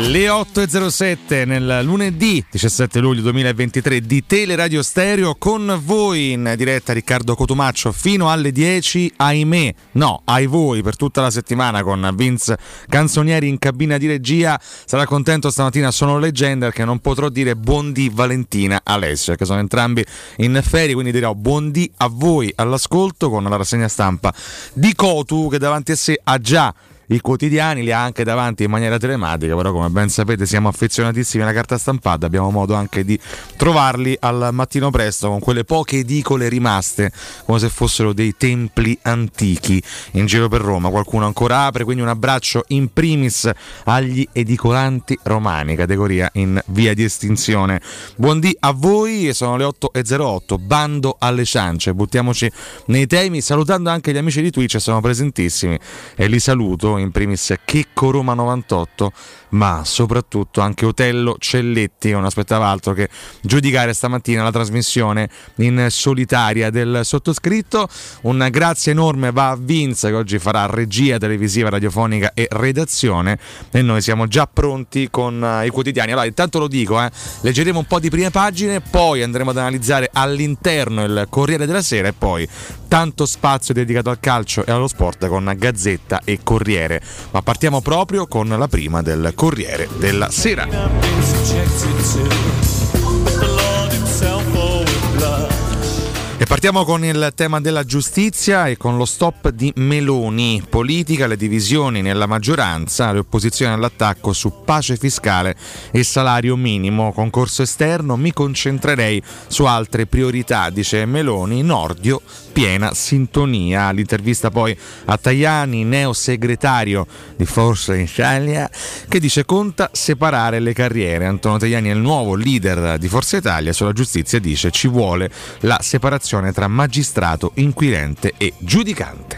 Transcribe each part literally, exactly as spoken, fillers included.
Le otto e zero sette nel lunedì diciassette luglio duemilaventitré di Teleradio Stereo, con voi in diretta Riccardo Cotumaccio fino alle dieci, ahimè, no, ai voi per tutta la settimana con Vince Canzonieri in cabina di regia. Sarà contento stamattina, sono leggenda perché non potrò dire buondì Valentina Alessio, che sono entrambi in ferie, quindi dirò buondì a voi all'ascolto con la rassegna stampa di Cotu, che davanti a sé ha già i quotidiani, li ha anche davanti in maniera telematica, però come ben sapete siamo affezionatissimi alla carta stampata, abbiamo modo anche di trovarli al mattino presto con quelle poche edicole rimaste come se fossero dei templi antichi in giro per Roma. Qualcuno ancora apre, quindi un abbraccio in primis agli edicolanti romani, categoria in via di estinzione. Buondì a voi, e sono le otto e zero otto, bando alle ciance, buttiamoci nei temi salutando anche gli amici di Twitch, sono presentissimi e li saluto, in primis Checco Roma novantotto, ma soprattutto anche Otello Celletti, che non aspettava altro che giudicare stamattina la trasmissione in solitaria del sottoscritto. Un grazie enorme va a Vince, che oggi farà regia televisiva, radiofonica e redazione, e noi siamo già pronti con uh, i quotidiani. Allora, intanto lo dico, eh, leggeremo un po' di prime pagine, poi andremo ad analizzare all'interno il Corriere della Sera e poi tanto spazio dedicato al calcio e allo sport con Gazzetta e Corriere. Ma partiamo proprio con la prima del Corriere della Sera. E partiamo con il tema della giustizia e con lo stop di Meloni. Politica, le divisioni nella maggioranza, le opposizioni all'attacco su pace fiscale e salario minimo. Concorso esterno, mi concentrerei su altre priorità, dice Meloni. Nordio, piena sintonia. L'intervista poi a Tajani, neo segretario di Forza Italia, che dice conta separare le carriere. Antonio Tajani è il nuovo leader di Forza Italia. Sulla giustizia dice ci vuole la separazione tra magistrato, inquirente e giudicante.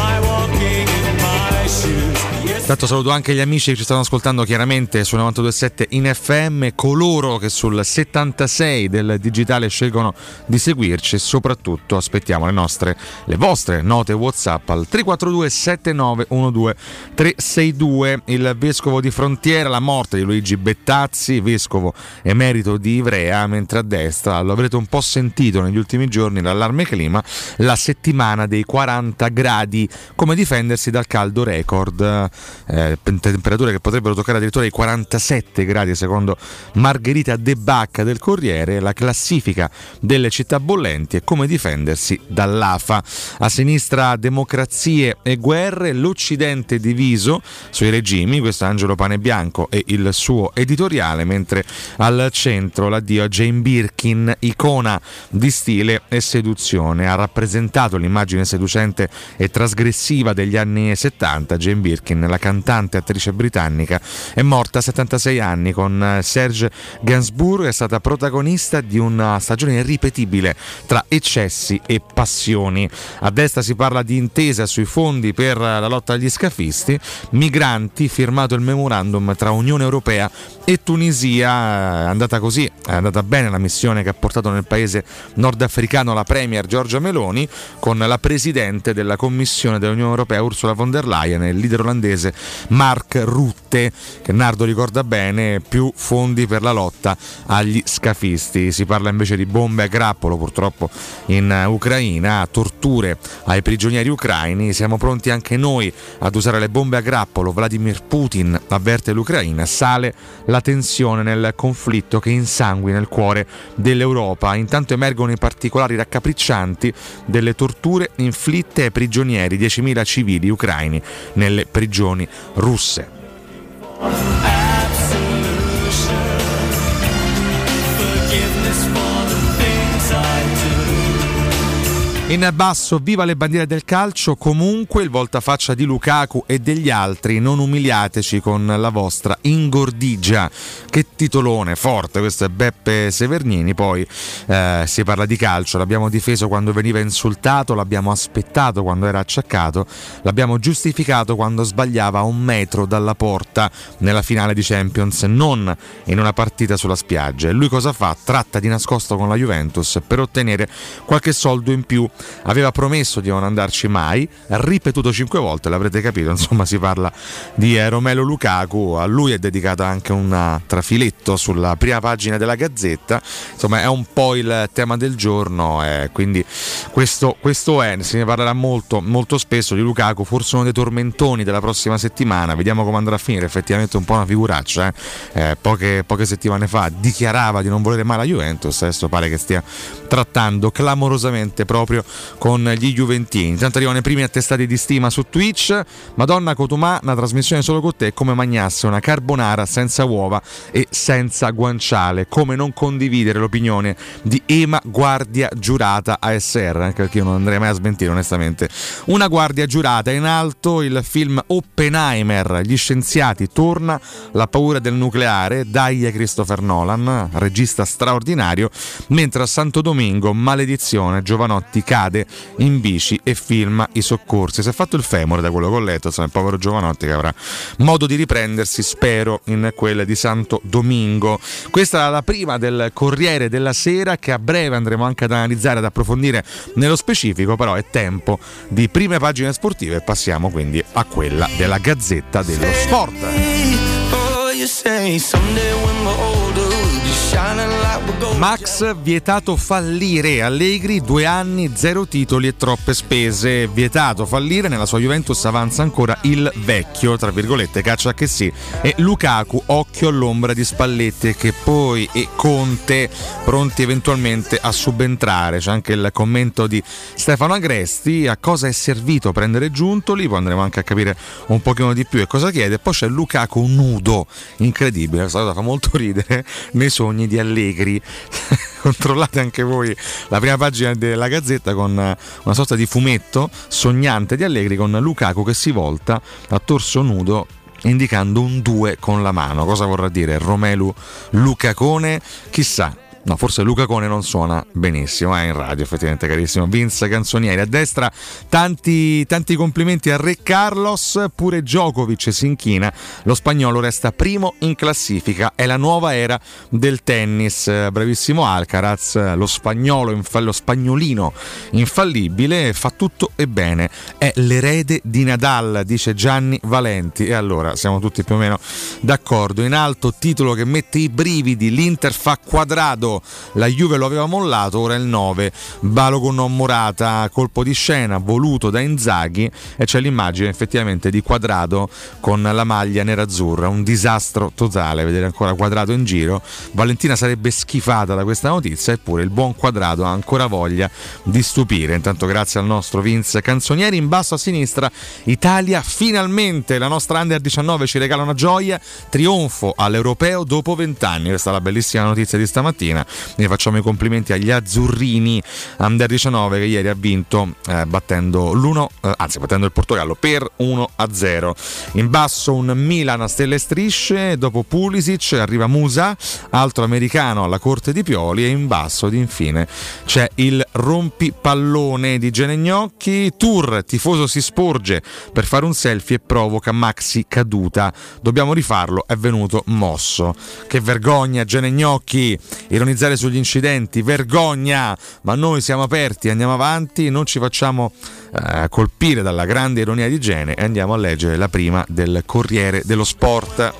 Tanto saluto anche gli amici che ci stanno ascoltando chiaramente su novantadue virgola sette in F M, coloro che sul settantasei del digitale scelgono di seguirci, e soprattutto aspettiamo le nostre, le vostre note WhatsApp al tre quattro due sette nove uno due tre sei due. Il vescovo di Frontiera, la morte di Luigi Bettazzi, vescovo emerito di Ivrea, mentre a destra, lo avrete un po' sentito negli ultimi giorni, l'allarme clima, la settimana dei quaranta gradi, come difendersi dal caldo record. Eh, temperature che potrebbero toccare addirittura i quarantasette gradi secondo Margherita De Bacca del Corriere, la classifica delle città bollenti e come difendersi dall'A F A. A sinistra democrazie e guerre, l'Occidente diviso sui regimi, questo è Angelo Panebianco e il suo editoriale, mentre al centro l'addio a Jane Birkin, icona di stile e seduzione. Ha rappresentato l'immagine seducente e trasgressiva degli anni settanta. Jane Birkin, la cantante attrice britannica, è morta a settantasei anni. Con Serge Gainsbourg è stata protagonista di una stagione irripetibile tra eccessi e passioni. A destra si parla di intesa sui fondi per la lotta agli scafisti, migranti, firmato il memorandum tra Unione Europea e Tunisia. È andata così, è andata bene la missione che ha portato nel paese nordafricano la premier Giorgia Meloni, con la presidente della Commissione dell'Unione Europea Ursula von der Leyen e il leader olandese Mark Rutte, che Nardo ricorda bene, più fondi per la lotta agli scafisti. Si parla invece di bombe a grappolo purtroppo in Ucraina, torture ai prigionieri ucraini. Siamo pronti anche noi ad usare le bombe a grappolo, Vladimir Putin avverte l'Ucraina. Sale la tensione nel conflitto che insanguina il cuore dell'Europa. Intanto emergono i particolari raccapriccianti delle torture inflitte ai prigionieri, diecimila civili ucraini nelle prigioni russe. In basso, viva le bandiere del calcio, comunque il voltafaccia di Lukaku e degli altri, non umiliateci con la vostra ingordigia. Che titolone forte, questo è Beppe Severnini. Poi eh, si parla di calcio, l'abbiamo difeso quando veniva insultato, l'abbiamo aspettato quando era acciaccato, l'abbiamo giustificato quando sbagliava a un metro dalla porta nella finale di Champions, non in una partita sulla spiaggia. E lui cosa fa? Tratta di nascosto con la Juventus per ottenere qualche soldo in più aveva promesso di non andarci mai, ripetuto cinque volte, l'avrete capito, insomma si parla di eh, Romelu Lukaku. A lui è dedicata anche un trafiletto sulla prima pagina della Gazzetta, insomma è un po' il tema del giorno, eh, quindi questo, questo è, se ne parlerà molto, molto spesso di Lukaku, forse uno dei tormentoni della prossima settimana, vediamo come andrà a finire, effettivamente un po' una figuraccia, eh. Eh, poche, poche settimane fa dichiarava di non volere mai la Juventus, adesso pare che stia trattando clamorosamente proprio con gli juventini. Intanto arrivano i primi attestati di stima su Twitch. Madonna Cotumà, una trasmissione solo con te è come mangiasse una carbonara senza uova e senza guanciale, come non condividere l'opinione di Ema Guardia Giurata A S R, anche perché io non andrei mai a smentire onestamente una guardia giurata. In alto il film Oppenheimer, gli scienziati, torna la paura del nucleare, dai Christopher Nolan, regista straordinario, mentre a Santo Domingo, maledizione, Giovanotti cade in bici e filma i soccorsi. Si è fatto il femore, da quello che ho letto, insomma, il povero Giovanotti che avrà modo di riprendersi, spero, in quelle di Santo Domingo. Questa è la prima del Corriere della Sera, che a breve andremo anche ad analizzare, ad approfondire nello specifico, però è tempo di prime pagine sportive e passiamo quindi a quella della Gazzetta dello Sport. Max vietato fallire, Allegri due anni, zero titoli e troppe spese. Vietato fallire, nella sua Juventus avanza ancora il vecchio, tra virgolette, caccia che sì, e Lukaku occhio all'ombra di Spalletti che poi e Conte pronti eventualmente a subentrare. C'è anche il commento di Stefano Agresti, a cosa è servito prendere Giuntoli, poi andremo anche a capire un pochino di più e cosa chiede. Poi c'è Lukaku nudo, incredibile, questa cosa fa molto ridere, nei sogni di Allegri. Controllate anche voi la prima pagina della Gazzetta con una sorta di fumetto sognante di Allegri con Lukaku che si volta a torso nudo indicando un due con la mano. Cosa vorrà dire Romelu Lukakone? Chissà. No, forse Lucacone non suona benissimo, è eh, in radio effettivamente, carissimo Vince Canzonieri. A destra tanti, tanti complimenti a Re Carlos, pure Djokovic si inchina, lo spagnolo resta primo in classifica, è la nuova era del tennis. Bravissimo Alcaraz, lo spagnolo, infa- lo spagnolino infallibile, fa tutto e bene, è l'erede di Nadal, dice Gianni Valenti, e allora siamo tutti più o meno d'accordo. In alto titolo che mette i brividi, l'Inter fa quadrato, la Juve lo aveva mollato, ora è il nove, Balogun non Morata, colpo di scena voluto da Inzaghi, e c'è l'immagine effettivamente di Quadrado con la maglia nerazzurra, un disastro totale vedere ancora Quadrado in giro. Valentina sarebbe schifata da questa notizia, eppure il buon Quadrado ha ancora voglia di stupire. Intanto grazie al nostro Vince Canzonieri. In basso a sinistra, Italia finalmente, la nostra under diciannove ci regala una gioia, trionfo all'Europeo dopo vent'anni, questa è la bellissima notizia di stamattina. Ne facciamo i complimenti agli azzurrini under diciannove che ieri ha vinto eh, battendo l'uno, eh, anzi battendo il Portogallo per uno a zero. In basso un Milan a stelle e strisce, dopo Pulisic arriva Musa, altro americano alla corte di Pioli, e in basso ed infine c'è il rompipallone di Genegnocchi. Tour, tifoso si sporge per fare un selfie e provoca maxi caduta, dobbiamo rifarlo, è venuto mosso. Che vergogna Genegnocchi, ironizzare sugli incidenti, vergogna, ma noi siamo aperti, andiamo avanti, non ci facciamo eh, colpire dalla grande ironia di Gene e andiamo a leggere la prima del Corriere dello Sport.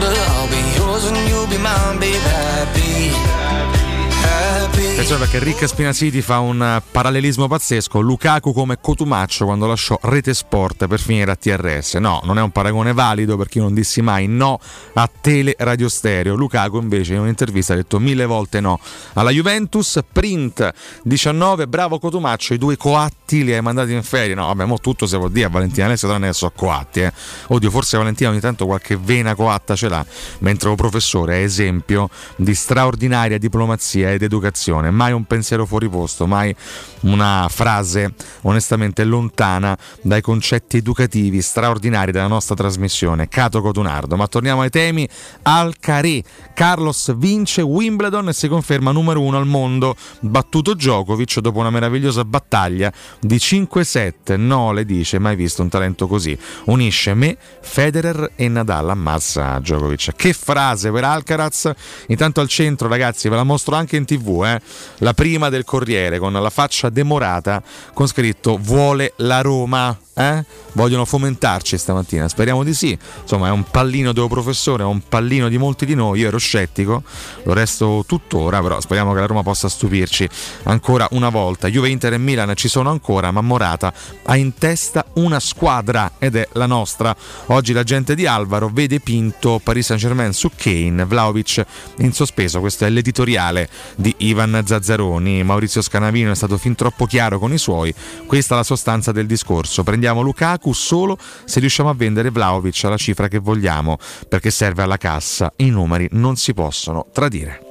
Attenzione perché Rick Spinasiti fa un parallelismo pazzesco, Lukaku come Cotumaccio quando lasciò Rete Sport per finire a T R S. No, non è un paragone valido perché io non dissi mai no a Tele Radio Stereo. Lukaku invece in un'intervista ha detto mille volte no alla Juventus. Print diciannove, bravo Cotumaccio, i due coatti li hai mandati in ferie. No, vabbè, mo tutto si può dire a Valentina Alessio tranne che so coatti, eh. Oddio, forse Valentina ogni tanto qualche vena coatta ce l'ha, mentre un professore è esempio di straordinaria diplomazia ed educazione. Mai un pensiero fuori posto, mai una frase onestamente lontana dai concetti educativi straordinari della nostra trasmissione. Cato Cotunardo. Ma torniamo ai temi. Alcaraz, Carlos vince Wimbledon e si conferma numero uno al mondo, battuto Djokovic dopo una meravigliosa battaglia di cinque sette. No, le dice, mai visto un talento così, unisce me, Federer e Nadal. Ammazza Djokovic, che frase per Alcaraz. Intanto al centro, ragazzi, ve la mostro anche in tv, eh? La prima del Corriere con la faccia demorata con scritto vuole la Roma. Eh? Vogliono fomentarci stamattina, speriamo di sì. Insomma, è un pallino dello professore, è un pallino di molti di noi. Io ero scettico, lo resto tuttora, però speriamo che la Roma possa stupirci ancora una volta. Juve, Inter e Milan ci sono ancora, ma Morata ha in testa una squadra ed è la nostra. Oggi la gente di Alvaro vede Pinto, Paris Saint-Germain su Kane, Vlahovic in sospeso. Questo è l'editoriale di Ivan Zazzaroni. Maurizio Scanavino è stato fin troppo chiaro con i suoi. Questa è la sostanza del discorso. Prendiamo Lukaku solo se riusciamo a vendere Vlahovic alla cifra che vogliamo, perché serve alla cassa. I numeri non si possono tradire.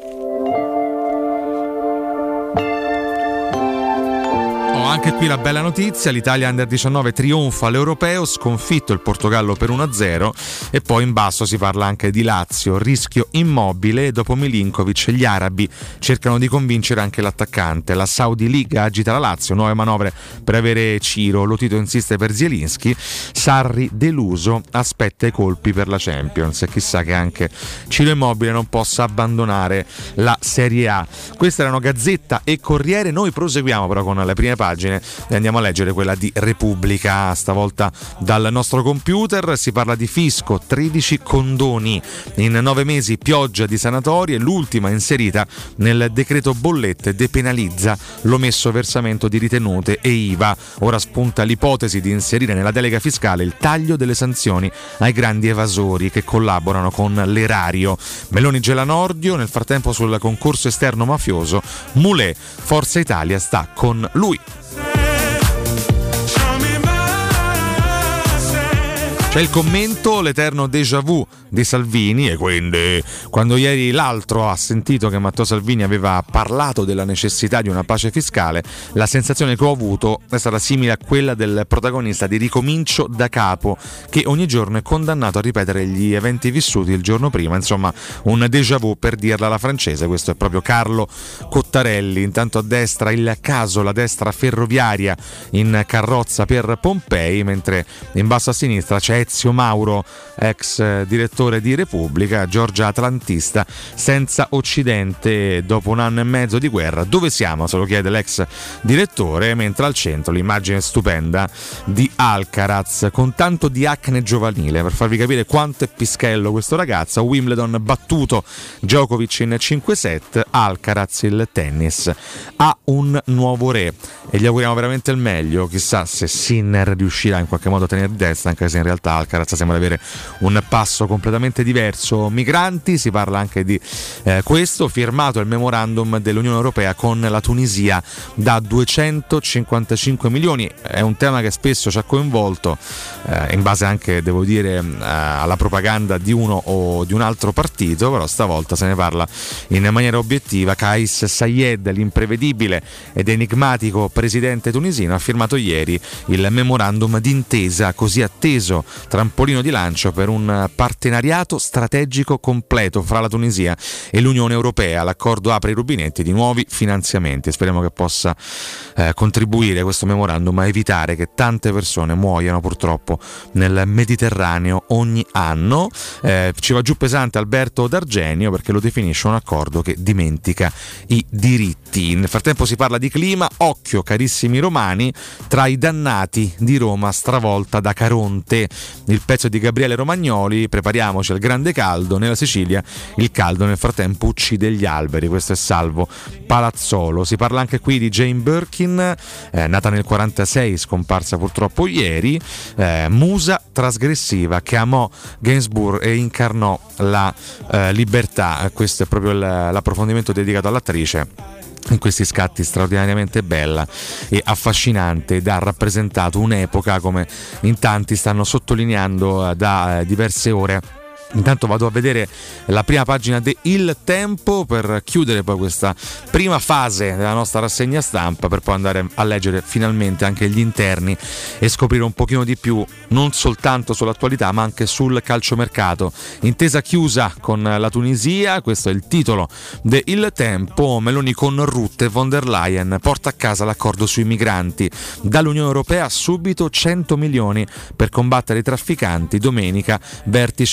Anche qui la bella notizia, l'Italia Under diciannove trionfa all'Europeo, sconfitto il Portogallo per uno a zero, e poi in basso si parla anche di Lazio, rischio Immobile. Dopo Milinkovic gli arabi cercano di convincere anche l'attaccante. La Saudi League agita la Lazio, nuove manovre per avere Ciro, Lotito insiste per Zielinski, Sarri deluso, aspetta i colpi per la Champions, e chissà che anche Ciro Immobile non possa abbandonare la Serie A. Queste erano Gazzetta e Corriere, noi proseguiamo però con le prime pagine e andiamo a leggere quella di Repubblica, stavolta dal nostro computer. Si parla di fisco, tredici condoni in nove mesi, pioggia di sanatorie, l'ultima inserita nel decreto bollette depenalizza l'omesso versamento di ritenute e I V A. Ora spunta l'ipotesi di inserire nella delega fiscale il taglio delle sanzioni ai grandi evasori che collaborano con l'erario. Meloni gela Nordio, nel frattempo sul concorso esterno mafioso Mulè, Forza Italia sta con lui. C'è il commento, l'eterno déjà vu di Salvini, e quindi quando ieri l'altro ha sentito che Matteo Salvini aveva parlato della necessità di una pace fiscale, la sensazione che ho avuto è stata simile a quella del protagonista di Ricomincio da capo, che ogni giorno è condannato a ripetere gli eventi vissuti il giorno prima. Insomma, un déjà vu per dirla alla francese. Questo è proprio Carlo Cottarelli. Intanto a destra il caso, la destra ferroviaria in carrozza per Pompei, mentre in basso a sinistra c'è Ezio Mauro, ex direttore di Repubblica, Giorgia Atlantista, senza Occidente dopo un anno e mezzo di guerra. Dove siamo? Se lo chiede l'ex direttore, mentre al centro l'immagine stupenda di Alcaraz con tanto di acne giovanile, per farvi capire quanto è pischello questo ragazzo. Wimbledon battuto Djokovic in cinque set, Alcaraz il tennis ha un nuovo re e gli auguriamo veramente il meglio. Chissà se Sinner riuscirà in qualche modo a tenere destra, anche se in realtà Alcaraz sembra avere un passo completamente diverso. Migranti, si parla anche di eh, questo, firmato il memorandum dell'Unione Europea con la Tunisia da duecentocinquantacinque milioni. È un tema che spesso ci ha coinvolto, eh, in base anche, devo dire, eh, alla propaganda di uno o di un altro partito, però stavolta se ne parla in maniera obiettiva. Kais Saied, l'imprevedibile ed enigmatico presidente tunisino, ha firmato ieri il memorandum d'intesa così atteso, trampolino di lancio per un partenariato strategico completo fra la Tunisia e l'Unione Europea. L'accordo apre i rubinetti di nuovi finanziamenti. Speriamo che possa eh, contribuire questo memorandum a evitare che tante persone muoiano purtroppo nel Mediterraneo ogni anno. Eh, ci va giù pesante Alberto D'Argenio perché lo definisce un accordo che dimentica i diritti. Nel frattempo si parla di clima. Occhio, carissimi romani, tra i dannati di Roma stravolta da Caronte. Il pezzo di Gabriele Romagnoli, prepariamoci al grande caldo. Nella Sicilia il caldo nel frattempo uccide gli alberi. Questo è Salvo Palazzolo. Si parla anche qui di Jane Birkin, eh, nata nel quarantasei, scomparsa purtroppo ieri, eh, musa trasgressiva che amò Gainsbourg e incarnò la eh, libertà. Questo è proprio l'approfondimento dedicato all'attrice in questi scatti straordinariamente bella e affascinante, ed ha rappresentato un'epoca, come in tanti stanno sottolineando da diverse ore. Intanto vado a vedere la prima pagina di Il Tempo per chiudere poi questa prima fase della nostra rassegna stampa, per poi andare a leggere finalmente anche gli interni e scoprire un pochino di più non soltanto sull'attualità ma anche sul calciomercato. Intesa chiusa con la Tunisia, questo è il titolo di Il Tempo. Meloni con Rutte, von der Leyen porta a casa l'accordo sui migranti, dall'Unione Europea subito cento milioni per combattere i trafficanti, domenica vertice a Roma.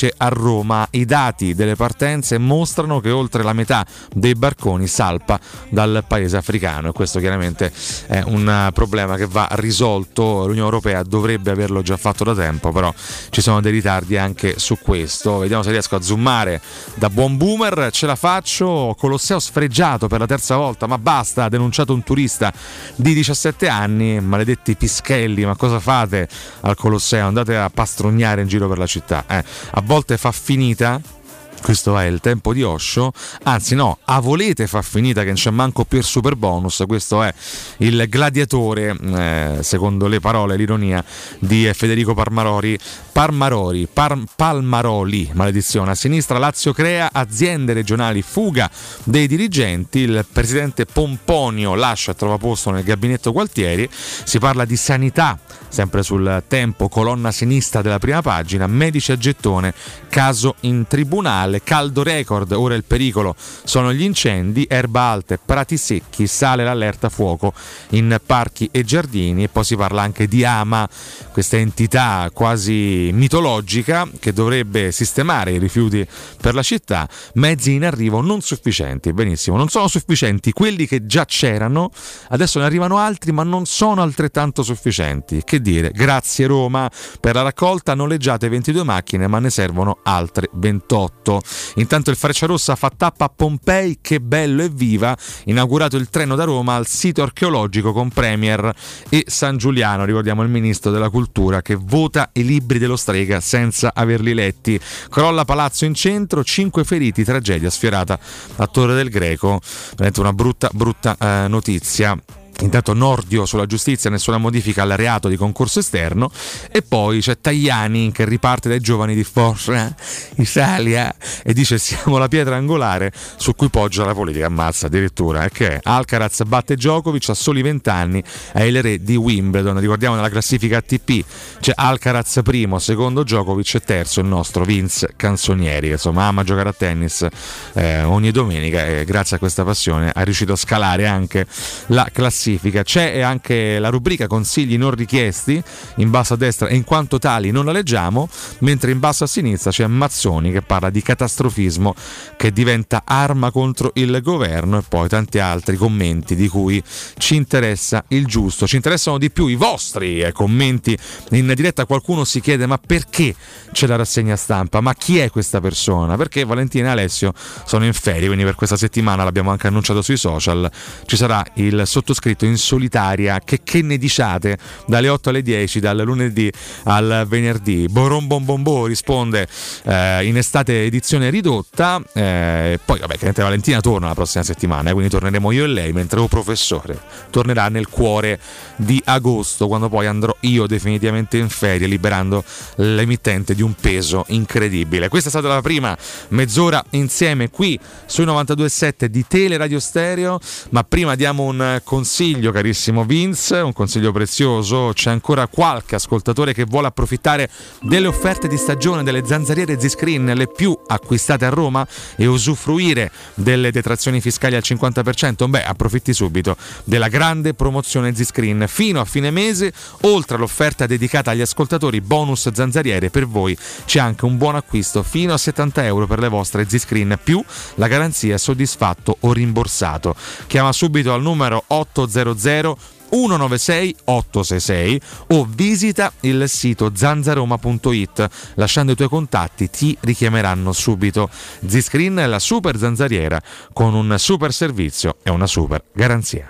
Roma. I dati delle partenze mostrano che oltre la metà dei barconi salpa dal paese africano, e questo chiaramente è un problema che va risolto. L'Unione Europea dovrebbe averlo già fatto da tempo, però ci sono dei ritardi anche su questo. Vediamo se riesco a zoomare da buon boomer. Ce la faccio. Colosseo sfregiato per la terza volta, ma basta, ha denunciato un turista di diciassette anni. Maledetti pischelli, ma cosa fate al Colosseo? Andate a pastrognare in giro per la città, eh. A volte fa finita. Questo è il tempo di Osho, anzi no, a volete fa finita che non c'è manco più il super bonus. Questo è il gladiatore, eh, secondo le parole, l'ironia di Federico Parmarori. Parmarori, Par- Palmaroli, maledizione. A sinistra Lazio crea, aziende regionali, fuga dei dirigenti. Il presidente Pomponio lascia e trova posto nel gabinetto Gualtieri. Si parla di sanità, sempre sul Tempo, colonna sinistra della prima pagina. Medici a gettone, caso in tribunale. Caldo record, ora il pericolo sono gli incendi, erba alte, prati secchi, sale l'allerta fuoco in parchi e giardini. E poi si parla anche di Ama, questa entità quasi mitologica che dovrebbe sistemare i rifiuti per la città. Mezzi in arrivo non sufficienti, benissimo, non sono sufficienti quelli che già c'erano, adesso ne arrivano altri ma non sono altrettanto sufficienti. Che dire, grazie Roma, per la raccolta noleggiate ventidue macchine ma ne servono altre ventotto. Intanto il Frecciarossa fa tappa a Pompei, che bello e viva, inaugurato il treno da Roma al sito archeologico con Premier e San Giuliano. Ricordiamo il ministro della cultura che vota i libri dello Strega senza averli letti. Crolla palazzo in centro, cinque feriti, tragedia sfiorata a Torre del Greco. Veramente una brutta brutta eh, notizia. Intanto Nordio sulla giustizia, nessuna modifica al reato di concorso esterno. E poi c'è Tajani che riparte dai giovani di Forza Italia e dice siamo la pietra angolare su cui poggia la politica. Ammazza addirittura, eh, che è? Alcaraz batte Djokovic a soli venti anni, è il re di Wimbledon. Ricordiamo nella classifica A T P c'è Alcaraz primo, secondo Djokovic e terzo il nostro Vince Canzonieri. Insomma, ama giocare a tennis eh, ogni domenica e grazie a questa passione è riuscito a scalare anche la classifica. C'è anche la rubrica consigli non richiesti in basso a destra e in quanto tali non la leggiamo, mentre in basso a sinistra c'è Mazzoni che parla di catastrofismo che diventa arma contro il governo, e poi tanti altri commenti di cui ci interessa il giusto. Ci interessano di più i vostri eh, commenti in diretta. Qualcuno si chiede ma perché c'è la rassegna stampa, ma chi è questa persona? Perché Valentina e Alessio sono in ferie, quindi per questa settimana l'abbiamo anche annunciato sui social, ci sarà il sottoscritto in solitaria. Che, che ne diciate dalle otto alle dieci, dal lunedì al venerdì. Boron bom bom bo risponde eh, in estate edizione ridotta, eh, poi vabbè che Valentina torna la prossima settimana, eh, quindi torneremo io e lei, mentre o professore tornerà nel cuore di agosto, quando poi andrò io definitivamente in ferie, liberando l'emittente di un peso incredibile. Questa è stata la prima mezz'ora insieme qui sui novantadue virgola sette di Teleradio Stereo, ma prima diamo un consiglio, carissimo Vince, un consiglio prezioso. C'è ancora qualche ascoltatore che vuole approfittare delle offerte di stagione delle zanzariere Z-Screen, le più acquistate a Roma, e usufruire delle detrazioni fiscali al cinquanta per cento? Beh, approfitti subito della grande promozione Z-Screen fino a fine mese. Oltre all'offerta dedicata agli ascoltatori bonus zanzariere, per voi c'è anche un buon acquisto fino a settanta euro per le vostre Z-Screen più la garanzia soddisfatto o rimborsato. Chiama subito al numero otto zero zero uno nove sei otto sei sei o visita il sito zanzaroma punto it. Lasciando i tuoi contatti ti richiameranno subito. Z-Screen è la super zanzariera con un super servizio e una super garanzia.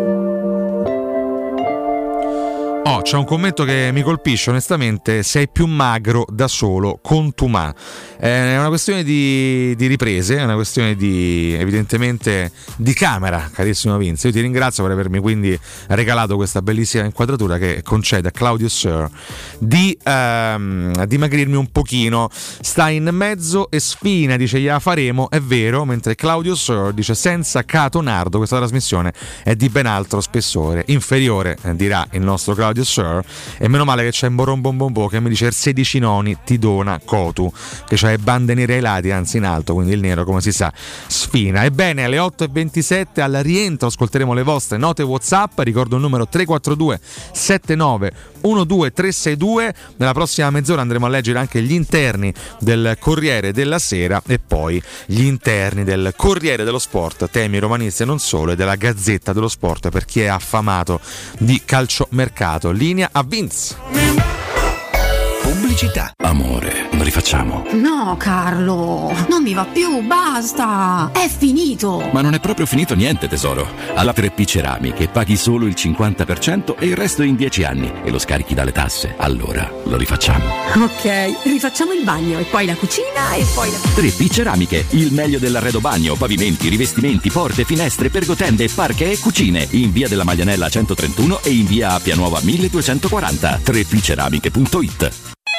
Oh, c'è un commento che mi colpisce onestamente: sei più magro da solo con Tumà. È una questione di, di riprese, è una questione di evidentemente di camera, carissimo Vince. Io ti ringrazio per avermi quindi regalato questa bellissima inquadratura che concede a Claudio Sir di ehm, dimagrirmi un pochino. Sta in mezzo e sfina, dice gliela faremo, è vero, mentre Claudio Sir dice senza Cato Nardo questa trasmissione è di ben altro spessore, inferiore, eh, dirà il nostro Claudio Sir, sir. E meno male che c'è Boron Bombombo che mi dice il sedici noni ti dona Cotu, che c'ha le bande nere ai lati, anzi in alto, quindi il nero, come si sa, sfina. Ebbene, alle otto e ventisette al rientro ascolteremo le vostre note WhatsApp. Ricordo il numero tre quattro due sette nove uno due tre sei due. Nella prossima mezz'ora andremo a leggere anche gli interni del Corriere della Sera e poi gli interni del Corriere dello Sport, temi romanisti e non solo, e della Gazzetta dello Sport per chi è affamato di calciomercato. Linea a Vince. Pubblicità. Amore, lo rifacciamo? No, Carlo, non mi va più, basta, è finito. Ma non è proprio finito niente, tesoro. Alla tre P Ceramiche paghi solo il cinquanta per cento e il resto in dieci anni e lo scarichi dalle tasse. Allora lo rifacciamo. Ok, rifacciamo il bagno e poi la cucina e poi la... tre P Ceramiche, il meglio dell'arredo bagno, pavimenti, rivestimenti, porte, finestre, pergotende, parche e cucine. In via della Maglianella centotrentuno e in via Appia Nuova milleduecentoquaranta. tre P ceramiche punto it.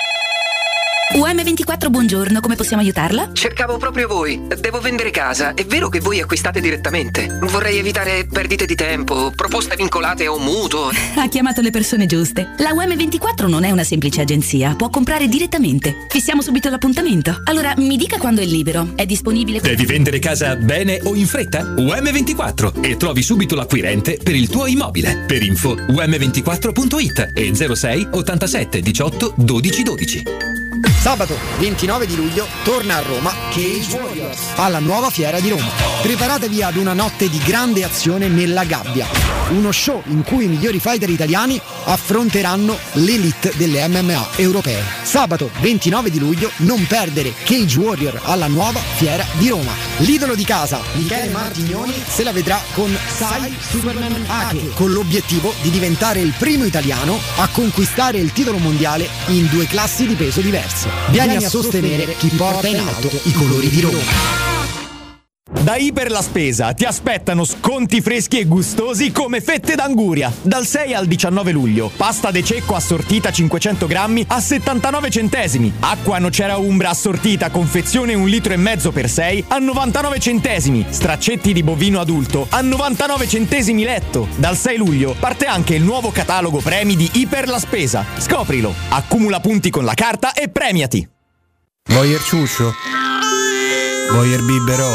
U M ventiquattro, buongiorno, come possiamo aiutarla? Cercavo proprio voi. Devo vendere casa. È vero che voi acquistate direttamente? Vorrei evitare perdite di tempo, proposte vincolate o mutuo. Ha chiamato le persone giuste. La U M ventiquattro non è una semplice agenzia, può comprare direttamente. Fissiamo subito l'appuntamento. Allora, mi dica quando è libero. È disponibile... Devi vendere casa bene o in fretta? U M ventiquattro e trovi subito l'acquirente per il tuo immobile. Per info U M ventiquattro punto it e zero sei ottantasette diciotto dodici dodici. Sabato ventinove di luglio torna a Roma Cage Warriors alla nuova fiera di Roma. Preparatevi ad una notte di grande azione nella gabbia, uno show in cui i migliori fighter italiani affronteranno l'elite delle M M A europee. Sabato ventinove di luglio non perdere Cage Warrior alla nuova fiera di Roma. L'idolo di casa Michele Martignoni se la vedrà con Sai Superman Ake, con l'obiettivo di diventare il primo italiano a conquistare il titolo mondiale in due classi di peso diverse. Vieni a sostenere chi porta in alto i colori di Roma. Da Iper La Spesa ti aspettano sconti freschi e gustosi come fette d'anguria. Dal sei al diciannove luglio. Pasta de cecco assortita cinquecento grammi a settantanove centesimi. Acqua nocera umbra assortita confezione un litro e mezzo per sei a novantanove centesimi. Straccetti di bovino adulto a novantanove centesimi letto. Dal sei luglio parte anche il nuovo catalogo premi di Iper La Spesa. Scoprilo, accumula punti con la carta e premiati. Vuoi il ciuscio? Vuoi il biberò?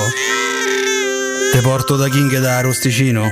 Te porto da King da Arosticino.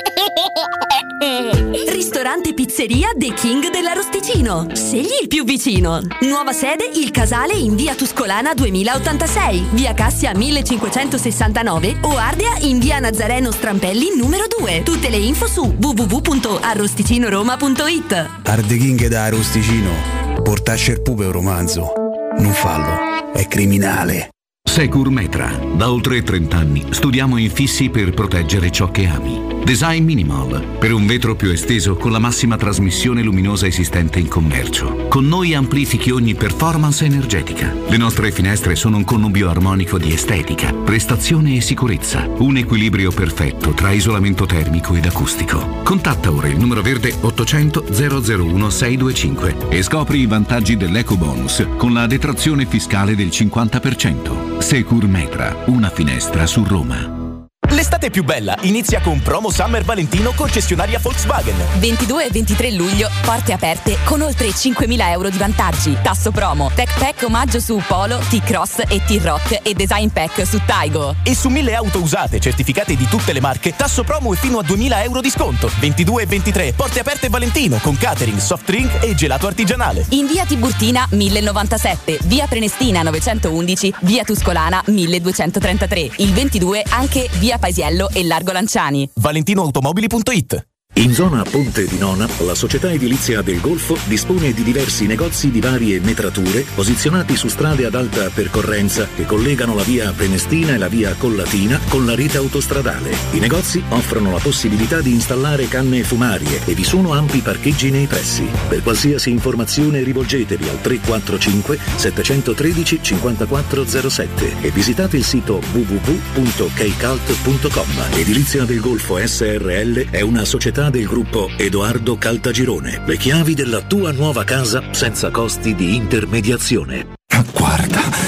Ristorante Pizzeria The King dell'Arosticino. Scegli il più vicino. Nuova sede Il Casale in via Tuscolana duemilaottantasei, via Cassia millecinquecentosessantanove o Ardea in via Nazareno Strampelli numero due. Tutte le info su w w w punto arrosticinoroma punto it. Arde King da Arosticino. Portasce il pupe un romanzo. Non fallo, è criminale. Securmetra. Da oltre trenta anni studiamo infissi per proteggere ciò che ami. Design Minimal, per un vetro più esteso con la massima trasmissione luminosa esistente in commercio. Con noi amplifichi ogni performance energetica. Le nostre finestre sono un connubio armonico di estetica, prestazione e sicurezza. Un equilibrio perfetto tra isolamento termico ed acustico. Contatta ora il numero verde ottocento zero zero uno sei due cinque e scopri i vantaggi dell'Eco Bonus con la detrazione fiscale del cinquanta per cento. Securmetra, una finestra su Roma. L'estate più bella inizia con Promo Summer Valentino concessionaria Volkswagen. ventidue e ventitré luglio, porte aperte con oltre cinquemila euro di vantaggi. Tasso promo, Tech Pack omaggio su Polo, T-Cross e T-Rock e Design Pack su Taigo. E su mille auto usate certificate di tutte le marche, tasso promo e fino a duemila euro di sconto. ventidue e ventitré, porte aperte Valentino con catering, soft drink e gelato artigianale. In via Tiburtina mille novantasette, via Prenestina novecentoundici, via Tuscolana milleduecentotrentatré. Il ventidue anche via Paesiello e Largo Lanciani. valentinoautomobili punto it. In zona Ponte di Nona, la società edilizia del Golfo dispone di diversi negozi di varie metrature posizionati su strade ad alta percorrenza che collegano la via Prenestina e la via Collatina con la rete autostradale. I negozi offrono la possibilità di installare canne fumarie e vi sono ampi parcheggi nei pressi. Per qualsiasi informazione rivolgetevi al tre quattro cinque sette uno tre cinque zero sette e visitate il sito w w w punto keycult punto com. Edilizia del Golfo S R L è una società del gruppo Edoardo Caltagirone. Le chiavi della tua nuova casa senza costi di intermediazione. Ma guarda, è incredibile.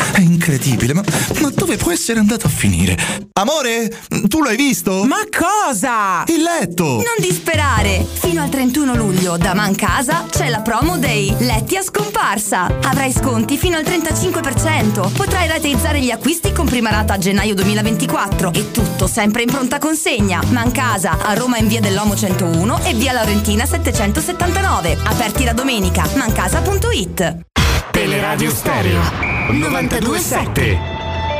incredibile, ma, ma dove può essere andato a finire? Amore, tu l'hai visto? Ma cosa? Il letto! Non disperare! Fino al trentuno luglio da Mancasa c'è la promo dei letti a scomparsa. Avrai sconti fino al trentacinque per cento. Potrai rateizzare gli acquisti con prima rata a gennaio duemilaventiquattro e tutto sempre in pronta consegna. Mancasa a Roma in via dell'Omo centouno e via Laurentina settecentosettantanove. Aperti la domenica. mancasa punto it. Teleradio Stereo novantadue sette.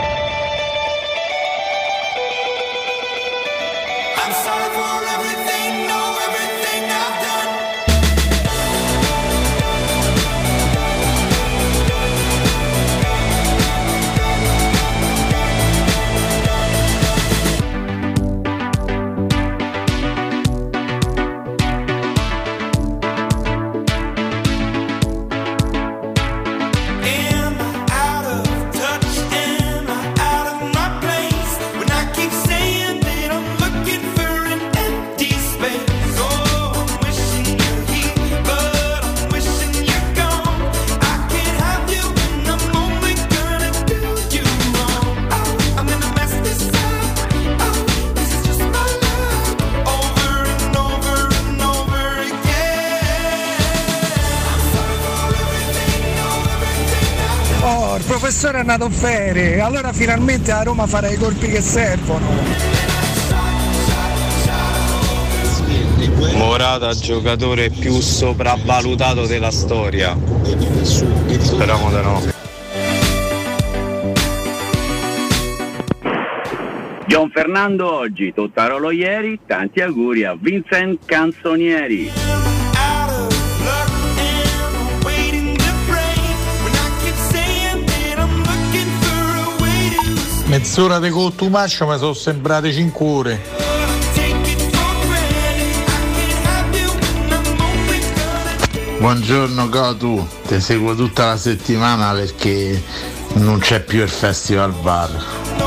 Il professore è andato in ferie, allora finalmente a Roma farà i colpi che servono. Morata, giocatore più sopravvalutato della storia. Speriamo di no. Gian Fernando oggi, Tottarolo ieri, tanti auguri a Vincent Canzonieri. Mezz'ora di cottumaccio mi sono sembrate cinque ore. Buongiorno Gotu, ti seguo tutta la settimana perché non c'è più il Festival Bar.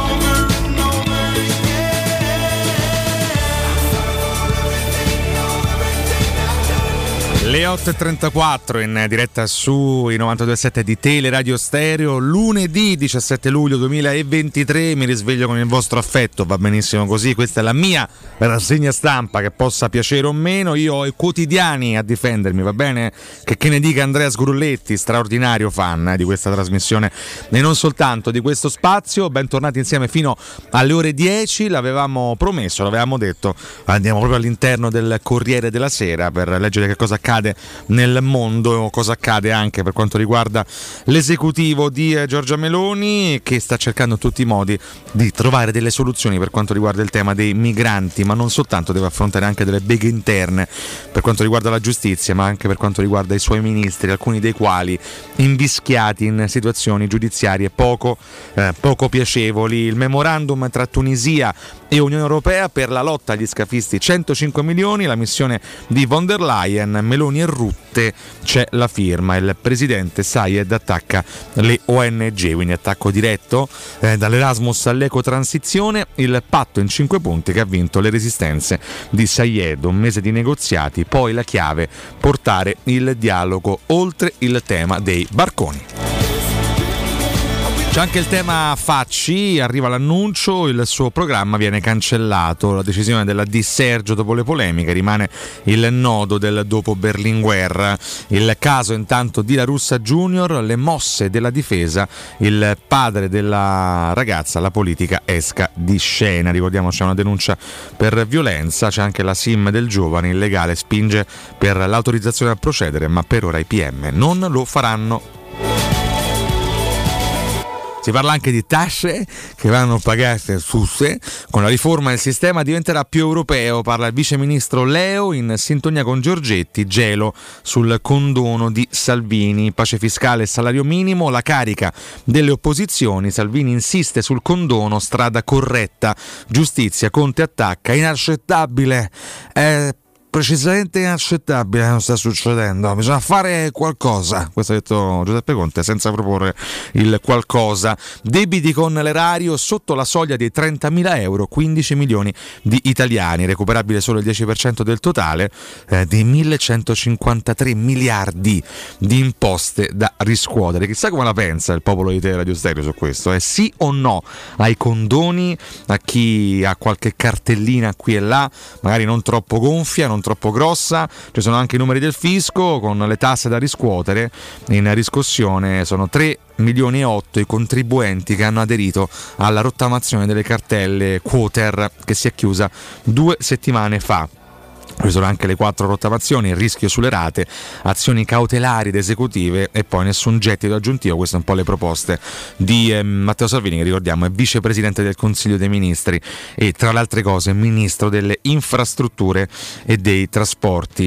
Le otto e trentaquattro in diretta sui novantadue sette di Teleradio Stereo, lunedì diciassette luglio duemilaventitré, mi risveglio con il vostro affetto, va benissimo così, questa è la mia rassegna stampa, che possa piacere o meno, io ho i quotidiani a difendermi, va bene? Che, che ne dica Andrea Sgrulletti, straordinario fan eh, di questa trasmissione e non soltanto di questo spazio, bentornati insieme fino alle ore dieci, l'avevamo promesso, l'avevamo detto, andiamo proprio all'interno del Corriere della Sera per leggere che cosa accade nel mondo, cosa accade anche per quanto riguarda l'esecutivo di Giorgia Meloni, che sta cercando in tutti i modi di trovare delle soluzioni per quanto riguarda il tema dei migranti, ma non soltanto, deve affrontare anche delle beghe interne per quanto riguarda la giustizia, ma anche per quanto riguarda i suoi ministri, alcuni dei quali invischiati in situazioni giudiziarie poco, eh, poco piacevoli. Il memorandum tra Tunisia e Unione Europea per la lotta agli scafisti, centocinque milioni, la missione di von der Leyen, Meloni e Rutte, c'è la firma, il presidente Sayed attacca le O N G, quindi attacco diretto eh, dall'Erasmus all'ecotransizione, il patto in cinque punti che ha vinto le resistenze di Sayed, un mese di negoziati, poi la chiave, portare il dialogo oltre il tema dei barconi. C'è anche il tema Facci, arriva l'annuncio, il suo programma viene cancellato, la decisione della Di Sergio dopo le polemiche rimane il nodo del dopo Berlinguer, il caso intanto di La Russa Junior, le mosse della difesa, il padre della ragazza, la politica esca di scena, ricordiamo c'è una denuncia per violenza, c'è anche la S I M del giovane, il legale spinge per l'autorizzazione a procedere ma per ora i P M non lo faranno. Si parla anche di tasse che vanno pagate su sé. Con la riforma il sistema diventerà più europeo, parla il vice ministro Leo in sintonia con Giorgetti, gelo sul condono di Salvini, pace fiscale e salario minimo, la carica delle opposizioni, Salvini insiste sul condono, strada corretta, giustizia, Conte attacca, inaccettabile, è precisamente inaccettabile, non sta succedendo, bisogna fare qualcosa. Questo ha detto Giuseppe Conte senza proporre il qualcosa. Debiti con l'erario sotto la soglia dei trentamila euro, quindici milioni di italiani, recuperabile solo il dieci per cento del totale eh, dei millecentocinquantatré miliardi di imposte da riscuotere. Chissà come la pensa il popolo di Teleradio Stereo su questo, è eh? Sì o no ai condoni, a chi ha qualche cartellina qui e là, magari non troppo gonfia, non troppo grossa. Ci sono anche i numeri del fisco con le tasse da riscuotere. In riscossione sono tre milioni e otto i contribuenti che hanno aderito alla rottamazione delle cartelle Quoter, che si è chiusa due settimane fa. Ci sono anche le quattro rottamazioni, il rischio sulle rate, azioni cautelari ed esecutive e poi nessun gettito aggiuntivo. Queste sono un po' le proposte di eh, Matteo Salvini, che ricordiamo è vicepresidente del Consiglio dei Ministri e tra le altre cose ministro delle infrastrutture e dei trasporti.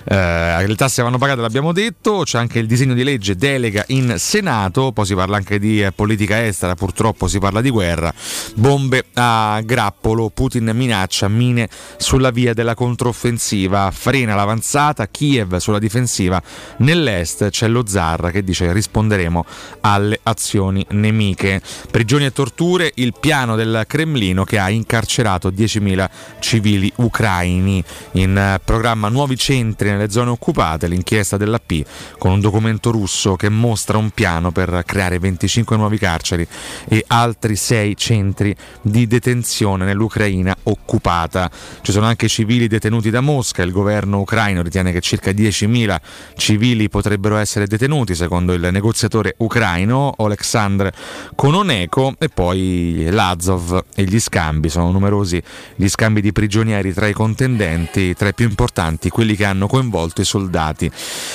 Eh, le tasse vanno pagate, l'abbiamo detto, c'è anche il disegno di legge delega in Senato, poi si parla anche di eh, politica estera, purtroppo si parla di guerra, bombe a grappolo, Putin minaccia mine sulla via della controffensiva, frena l'avanzata, Kiev sulla difensiva, nell'est c'è lo zar che dice risponderemo alle azioni nemiche. Prigioni e torture, il piano del Cremlino che ha incarcerato diecimila civili ucraini. In programma nuovi centri nelle zone occupate, l'inchiesta dell'A P con un documento russo che mostra un piano per creare venticinque nuovi carceri e altri sei centri di detenzione nell'Ucraina occupata. Ci sono anche civili detenuti da Mosca, il governo ucraino ritiene che circa diecimila civili potrebbero essere detenuti secondo il negoziatore ucraino Oleksandr Kononenko. E poi l'Azov e gli scambi, sono numerosi gli scambi di prigionieri tra i contendenti, tra i più importanti quelli che hanno coinvolto i soldati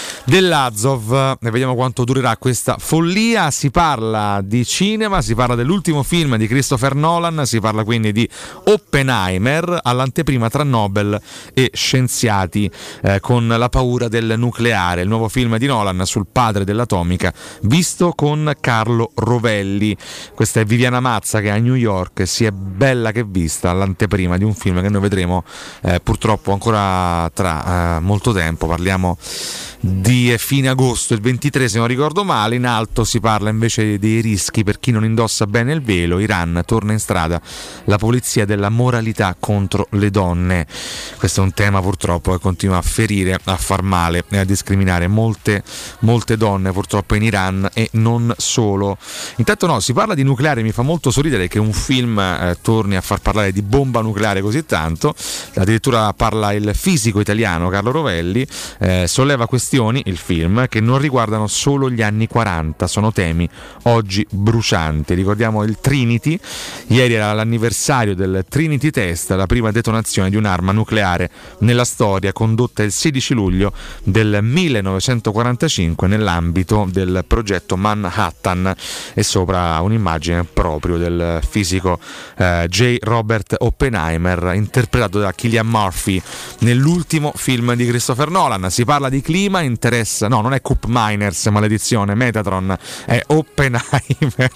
dell'Azov. E vediamo quanto durerà questa follia. Si parla di cinema, si parla dell'ultimo film di Christopher Nolan, si parla quindi di Oppenheimer, all'anteprima tra Nobel e scienziati eh, con la paura del nucleare, il nuovo film di Nolan sul padre dell'atomica visto con Carlo Rovelli. Questa è Viviana Mazza che a New York si è bella che vista all'anteprima di un film che noi vedremo eh, purtroppo ancora tra eh, molto tempo, parliamo di fine agosto, il ventitré se non ricordo male. In alto si parla invece dei rischi per chi non indossa bene il velo, Iran torna in strada la polizia della moralità contro le donne. Questo è un tema purtroppo che continua a ferire, a far male e a discriminare molte, molte donne purtroppo in Iran e non solo. Intanto no, si parla di nucleare, mi fa molto sorridere che un film eh, torni a far parlare di bomba nucleare così tanto. Addirittura parla il fisico italiano Carlo Rovelli, eh, solleva questioni, il film, che non riguardano solo gli anni quaranta, sono temi oggi brucianti. Ricordiamo il Trinity, ieri era l'anniversario del Trinity Test, la prima detonazione di un'arma nucleare nella storia, condotta il sedici luglio del millenovecentoquarantacinque nell'ambito del progetto Manhattan, e sopra un'immagine proprio del fisico eh, J. Robert Oppenheimer, interpretato da Cillian Murphy nell'ultimo film di Christopher Nolan. Si parla di clima, interessa, no, non è Coop Miners, maledizione, Metatron, è Oppenheimer.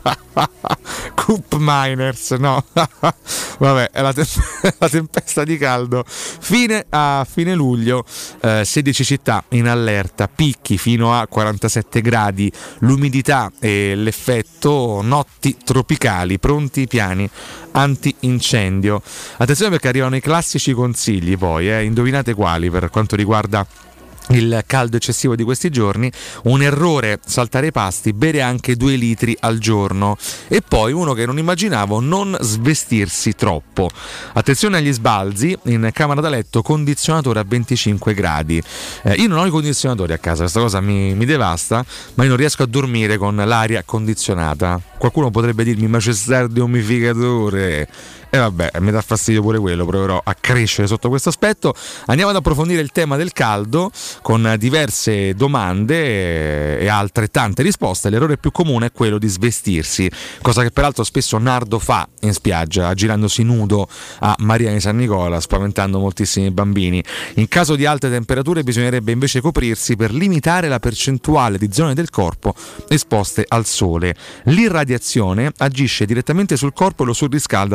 Coop Miners, no. Vabbè, è la, te- la tempesta di caldo. Fine a fine luglio, eh, sedici città in allerta, picchi fino a quarantasette gradi, l'umidità e l'effetto notti tropicali, pronti i piani anti-incendio. Attenzione perché arrivano i classici consigli poi, eh, indovinate quali per quanto riguarda il caldo eccessivo di questi giorni. Un errore saltare i pasti, bere anche due litri al giorno, e poi uno che non immaginavo, non svestirsi troppo. Attenzione agli sbalzi, in camera da letto condizionatore a venticinque gradi. Eh, io non ho i condizionatori a casa, questa cosa mi, mi devasta, ma io non riesco a dormire con l'aria condizionata. Qualcuno potrebbe dirmi ma c'è il dehumificatore. E eh vabbè, mi dà fastidio pure quello, proverò a crescere sotto questo aspetto. Andiamo ad approfondire il tema del caldo con diverse domande e altrettante risposte. L'errore più comune è quello di svestirsi, cosa che peraltro spesso Nardo fa in spiaggia, aggirandosi nudo a Maria di San Nicola, spaventando moltissimi bambini. In caso di alte temperature bisognerebbe invece coprirsi per limitare la percentuale di zone del corpo esposte al sole. L'irradiazione agisce direttamente sul corpo e lo surriscalda se non troppo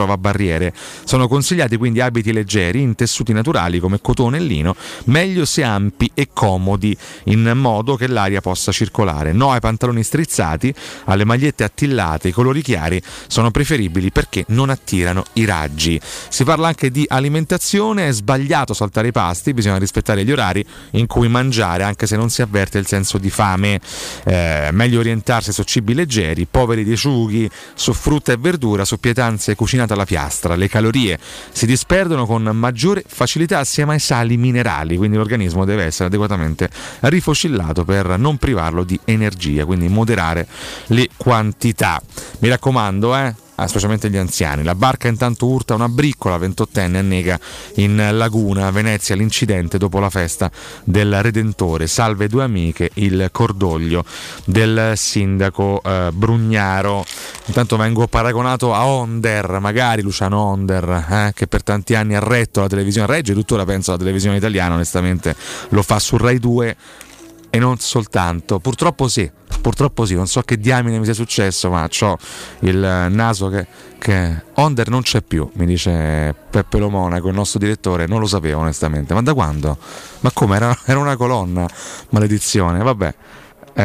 trova barriere. Sono consigliati quindi abiti leggeri in tessuti naturali come cotone e lino, meglio se ampi e comodi in modo che l'aria possa circolare. No ai pantaloni strizzati, alle magliette attillate, i colori chiari sono preferibili perché non attirano i raggi. Si parla anche di alimentazione, è sbagliato saltare i pasti, bisogna rispettare gli orari in cui mangiare anche se non si avverte il senso di fame, eh, meglio orientarsi su cibi leggeri, poveri di sughi, su frutta e verdura, su pietanze cucinate alla piastra. Le calorie si disperdono con maggiore facilità assieme ai sali minerali, quindi l'organismo deve essere adeguatamente rifocillato per non privarlo di energia, quindi moderare le quantità. Mi raccomando, eh specialmente gli anziani. La barca intanto urta una briccola ventottenne annega in laguna a Venezia l'incidente dopo la festa del Redentore. Salve due amiche, il cordoglio del sindaco eh, Brugnaro. Intanto vengo paragonato a Onder, magari Luciano Onder, eh, che per tanti anni ha retto la televisione, regge tuttora penso la televisione italiana, onestamente lo fa su Rai due e non soltanto, purtroppo sì, purtroppo sì, non so che diamine mi sia successo, ma c'ho il naso che, che Onder non c'è più, mi dice Peppe Lo Monaco, il nostro direttore, non lo sapevo onestamente, ma da quando? Ma come, era, era una colonna, maledizione, vabbè. Eh,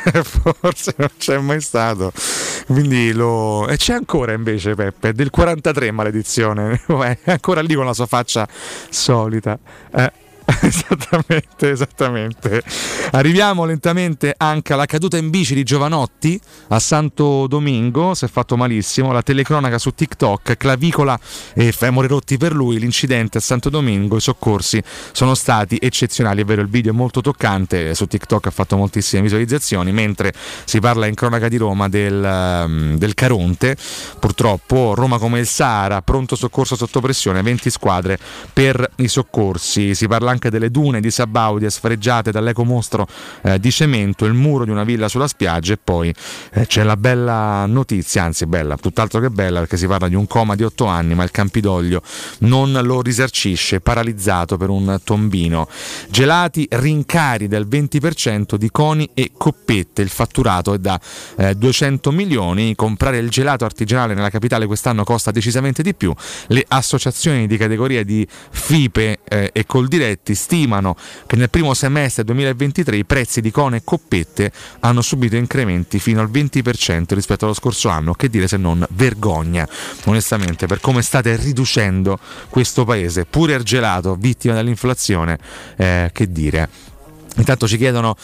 forse non c'è mai stato, quindi lo e c'è ancora invece Peppe del quarantatré, maledizione, è ancora lì con la sua faccia solita. eh. Esattamente, esattamente. Arriviamo lentamente anche alla caduta in bici di Giovanotti a Santo Domingo, si è fatto malissimo, la telecronaca su TikTok, clavicola e femore rotti per lui, l'incidente a Santo Domingo, i soccorsi sono stati eccezionali, è vero, il video è molto toccante, su TikTok ha fatto moltissime visualizzazioni, mentre si parla in cronaca di Roma del, del Caronte, purtroppo Roma come il Sahara, pronto soccorso sotto pressione, venti squadre per i soccorsi, si parla anche delle dune di Sabaudia sfregiate dall'ecomostro eh, di cemento, il muro di una villa sulla spiaggia e poi eh, c'è la bella notizia, anzi bella, tutt'altro che bella, perché si parla di un coma di otto anni ma il Campidoglio non lo risarcisce, paralizzato per un tombino. Gelati, rincari del venti per cento di coni e coppette, il fatturato è da eh, duecento milioni, comprare il gelato artigianale nella capitale quest'anno costa decisamente di più, le associazioni di categoria di Fipe eh, e Coldiretti stimano che nel primo semestre duemilaventitré i prezzi di cone e coppette hanno subito incrementi fino al venti per cento rispetto allo scorso anno. Che dire se non vergogna, onestamente, per come state riducendo questo paese, pure il gelato vittima dell'inflazione, eh, che dire. Intanto ci chiedono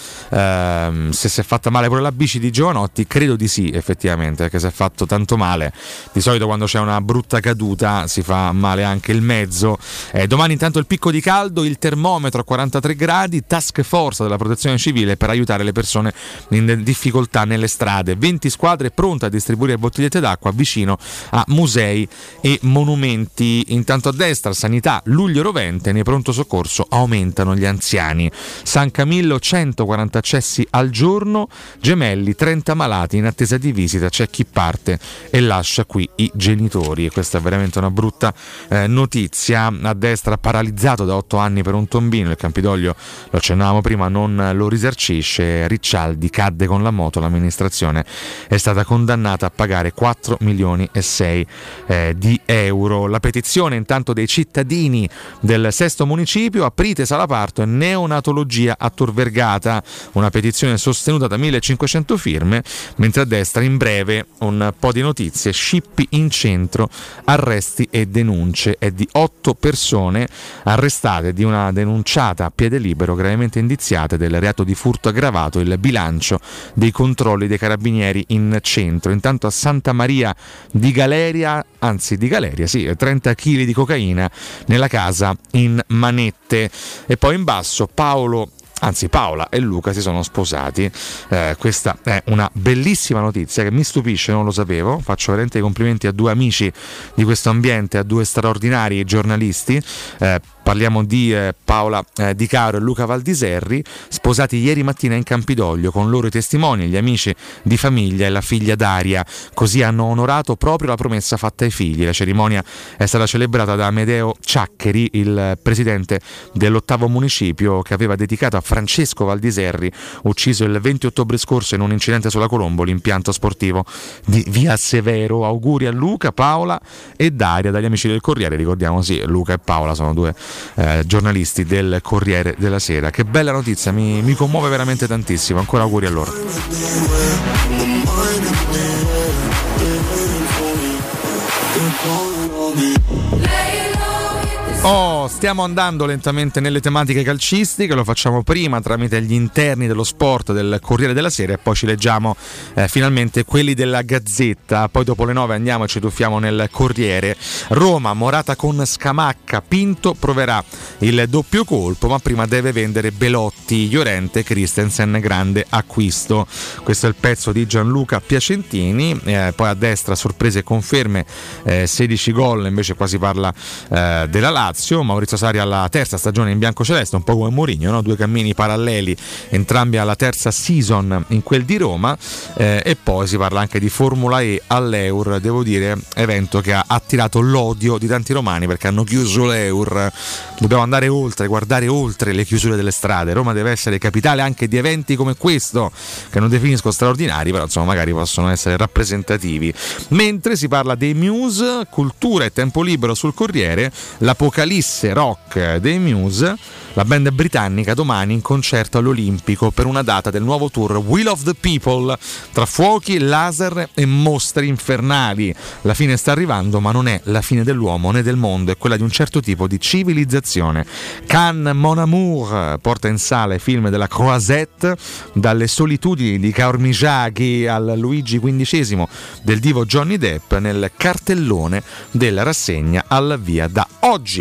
ehm, se si è fatta male pure la bici di Giovanotti. Credo di sì, effettivamente, perché si è fatto tanto male. Di solito quando c'è una brutta caduta si fa male anche il mezzo. Eh, domani intanto il picco di caldo, il termometro a quarantatré gradi, task force della protezione civile per aiutare le persone in difficoltà nelle strade, venti squadre pronte a distribuire bottigliette d'acqua vicino a musei e monumenti. Intanto a destra sanità, luglio rovente, nei pronto soccorso aumentano gli anziani. San Camillo centoquaranta accessi al giorno, Gemelli trenta malati in attesa di visita, c'è chi parte e lascia qui i genitori e questa è veramente una brutta eh, notizia. A destra paralizzato da otto anni per un tombino, il Campidoglio, lo accennavamo prima, non lo risarcisce, Riccialdi cadde con la moto, l'amministrazione è stata condannata a pagare quattro milioni e sei eh, di euro. La petizione intanto dei cittadini del sesto municipio, aprite sala parto e neonatologia a Tor Vergata, una petizione sostenuta da millecinquecento firme, mentre a destra in breve un po' di notizie, scippi in centro, arresti e denunce, è di otto persone arrestate, di una denunciata a piede libero gravemente indiziate del reato di furto aggravato, il bilancio dei controlli dei carabinieri in centro. Intanto a Santa Maria di Galeria, anzi di Galeria, sì, trenta chili di cocaina nella casa in manette. E poi in basso Paolo Anzi, Paola e Luca si sono sposati. Eh, questa è una bellissima notizia che mi stupisce, non lo sapevo. Faccio veramente i complimenti a due amici di questo ambiente, a due straordinari giornalisti. Eh, Parliamo di eh, Paola eh, Di Caro e Luca Valdiserri, sposati ieri mattina in Campidoglio, con loro i testimoni, gli amici di famiglia e la figlia Daria. Così hanno onorato proprio la promessa fatta ai figli. La cerimonia è stata celebrata da Amedeo Ciaccheri, il presidente dell'ottavo municipio, che aveva dedicato a Francesco Valdiserri, ucciso il venti ottobre scorso in un incidente sulla Colombo, l'impianto sportivo di Via Severo. Auguri a Luca, Paola e Daria dagli amici del Corriere. Ricordiamo, sì, Luca e Paola sono due eh, giornalisti del Corriere della Sera. Che bella notizia, mi, mi commuove veramente tantissimo. Ancora auguri a loro. Oh, stiamo andando lentamente nelle tematiche calcistiche, lo facciamo prima tramite gli interni dello sport del Corriere della Sera e poi ci leggiamo eh, finalmente quelli della Gazzetta. Poi dopo le nove andiamo e ci tuffiamo nel Corriere. Roma, Morata con Scamacca, Pinto proverà il doppio colpo, ma prima deve vendere Belotti, Llorente, Christensen, grande acquisto. Questo è il pezzo di Gianluca Piacentini. Eh, poi a destra sorprese e conferme, eh, sedici gol, invece qua si parla eh, della Lazio. Maurizio Sarri alla terza stagione in biancoceleste, un po' come Mourinho, no? Due cammini paralleli, entrambi alla terza season in quel di Roma. Eh, e poi si parla anche di Formula E all'Eur, devo dire, evento che ha attirato l'odio di tanti romani perché hanno chiuso l'Eur. Dobbiamo andare oltre, guardare oltre le chiusure delle strade. Roma deve essere capitale anche di eventi come questo, che non definisco straordinari, però insomma magari possono essere rappresentativi. Mentre si parla dei Muse, cultura e tempo libero sul Corriere, l'apocalisse rock dei Muse, la band britannica domani in concerto all'Olimpico per una data del nuovo tour Will of the People, tra fuochi, laser e mostri infernali. La fine sta arrivando, ma non è la fine dell'uomo né del mondo, è quella di un certo tipo di civilizzazione. Cannes Mon Amour porta in sala i film della Croisette, dalle solitudini di Caormigiaghi al Luigi quindicesimo del divo Johnny Depp, nel cartellone della rassegna al via da oggi.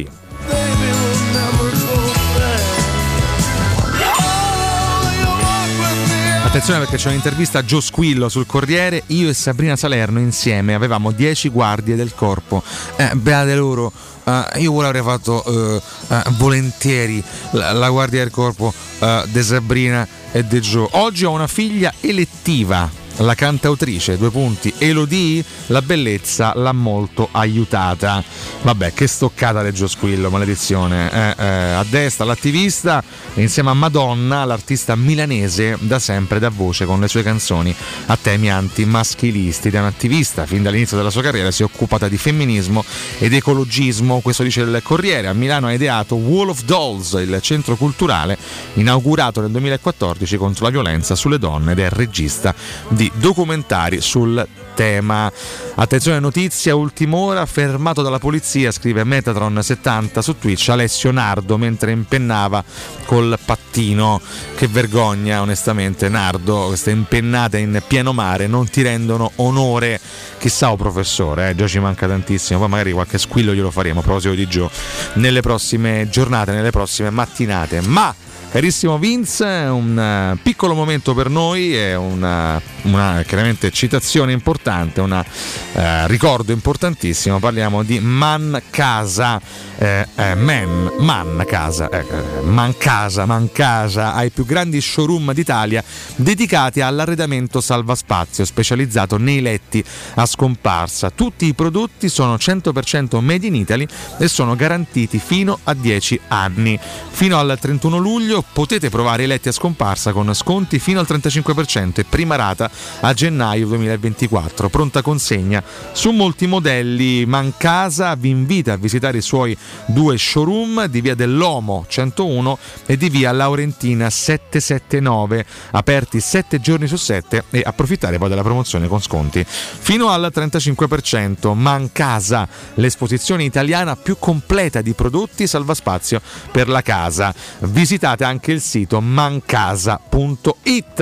Attenzione perché c'è un'intervista a Gio Squillo sul Corriere. Io e Sabrina Salerno insieme avevamo dieci guardie del corpo. Eh, beate loro. Uh, io pure avrei fatto uh, uh, volentieri la, la guardia del corpo uh, di Sabrina e di Gio. Oggi ho una figlia elettiva. La cantautrice, due punti, Elodie, la bellezza l'ha molto aiutata. Vabbè, che stoccata del Gio Squillo, maledizione. Eh, eh, a destra l'attivista, insieme a Madonna, l'artista milanese, da sempre dà voce con le sue canzoni a temi antimaschilisti. Da un'attivista, fin dall'inizio della sua carriera, si è occupata di femminismo ed ecologismo. Questo dice il Corriere. A Milano ha ideato Wall of Dolls, il centro culturale inaugurato nel duemilaquattordici contro la violenza sulle donne, ed è regista di documentari sul tema. Attenzione, notizia ultima ora, fermato dalla polizia, scrive Metatron settanta su Twitch, Alessio Nardo mentre impennava col pattino. Che vergogna, onestamente, Nardo, queste impennate in pieno mare non ti rendono onore. Chissà, o professore, eh, già ci manca tantissimo, poi magari qualche squillo glielo faremo a proposito di Gio nelle prossime giornate, nelle prossime mattinate. Ma carissimo Vince, un uh, piccolo momento per noi, è una, una chiaramente citazione importante, un uh, ricordo importantissimo. Parliamo di Man Casa, eh, eh, Man, Man Casa, eh, Man Casa, Man Casa, ai più grandi showroom d'Italia dedicati all'arredamento salvaspazio, specializzato nei letti a scomparsa. Tutti i prodotti sono cento per cento made in Italy e sono garantiti fino a dieci anni. Fino al trentuno luglio potete provare i letti a scomparsa con sconti fino al trentacinque per cento e prima rata a gennaio duemilaventiquattro. Pronta consegna su molti modelli. Mancasa vi invita a visitare i suoi due showroom di via dell'Omo centouno e di via Laurentina settecentosettantanove, aperti sette giorni su sette, e approfittare poi della promozione con sconti fino al trentacinque per cento. Mancasa, l'esposizione italiana più completa di prodotti salvaspazio per la casa. Visitate anche il sito mancasa punto it.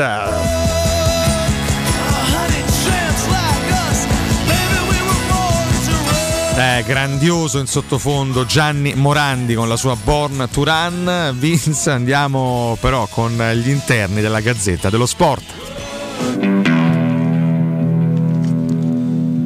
Eh, grandioso in sottofondo Gianni Morandi con la sua Born to Run. Vince, andiamo però con gli interni della Gazzetta dello Sport.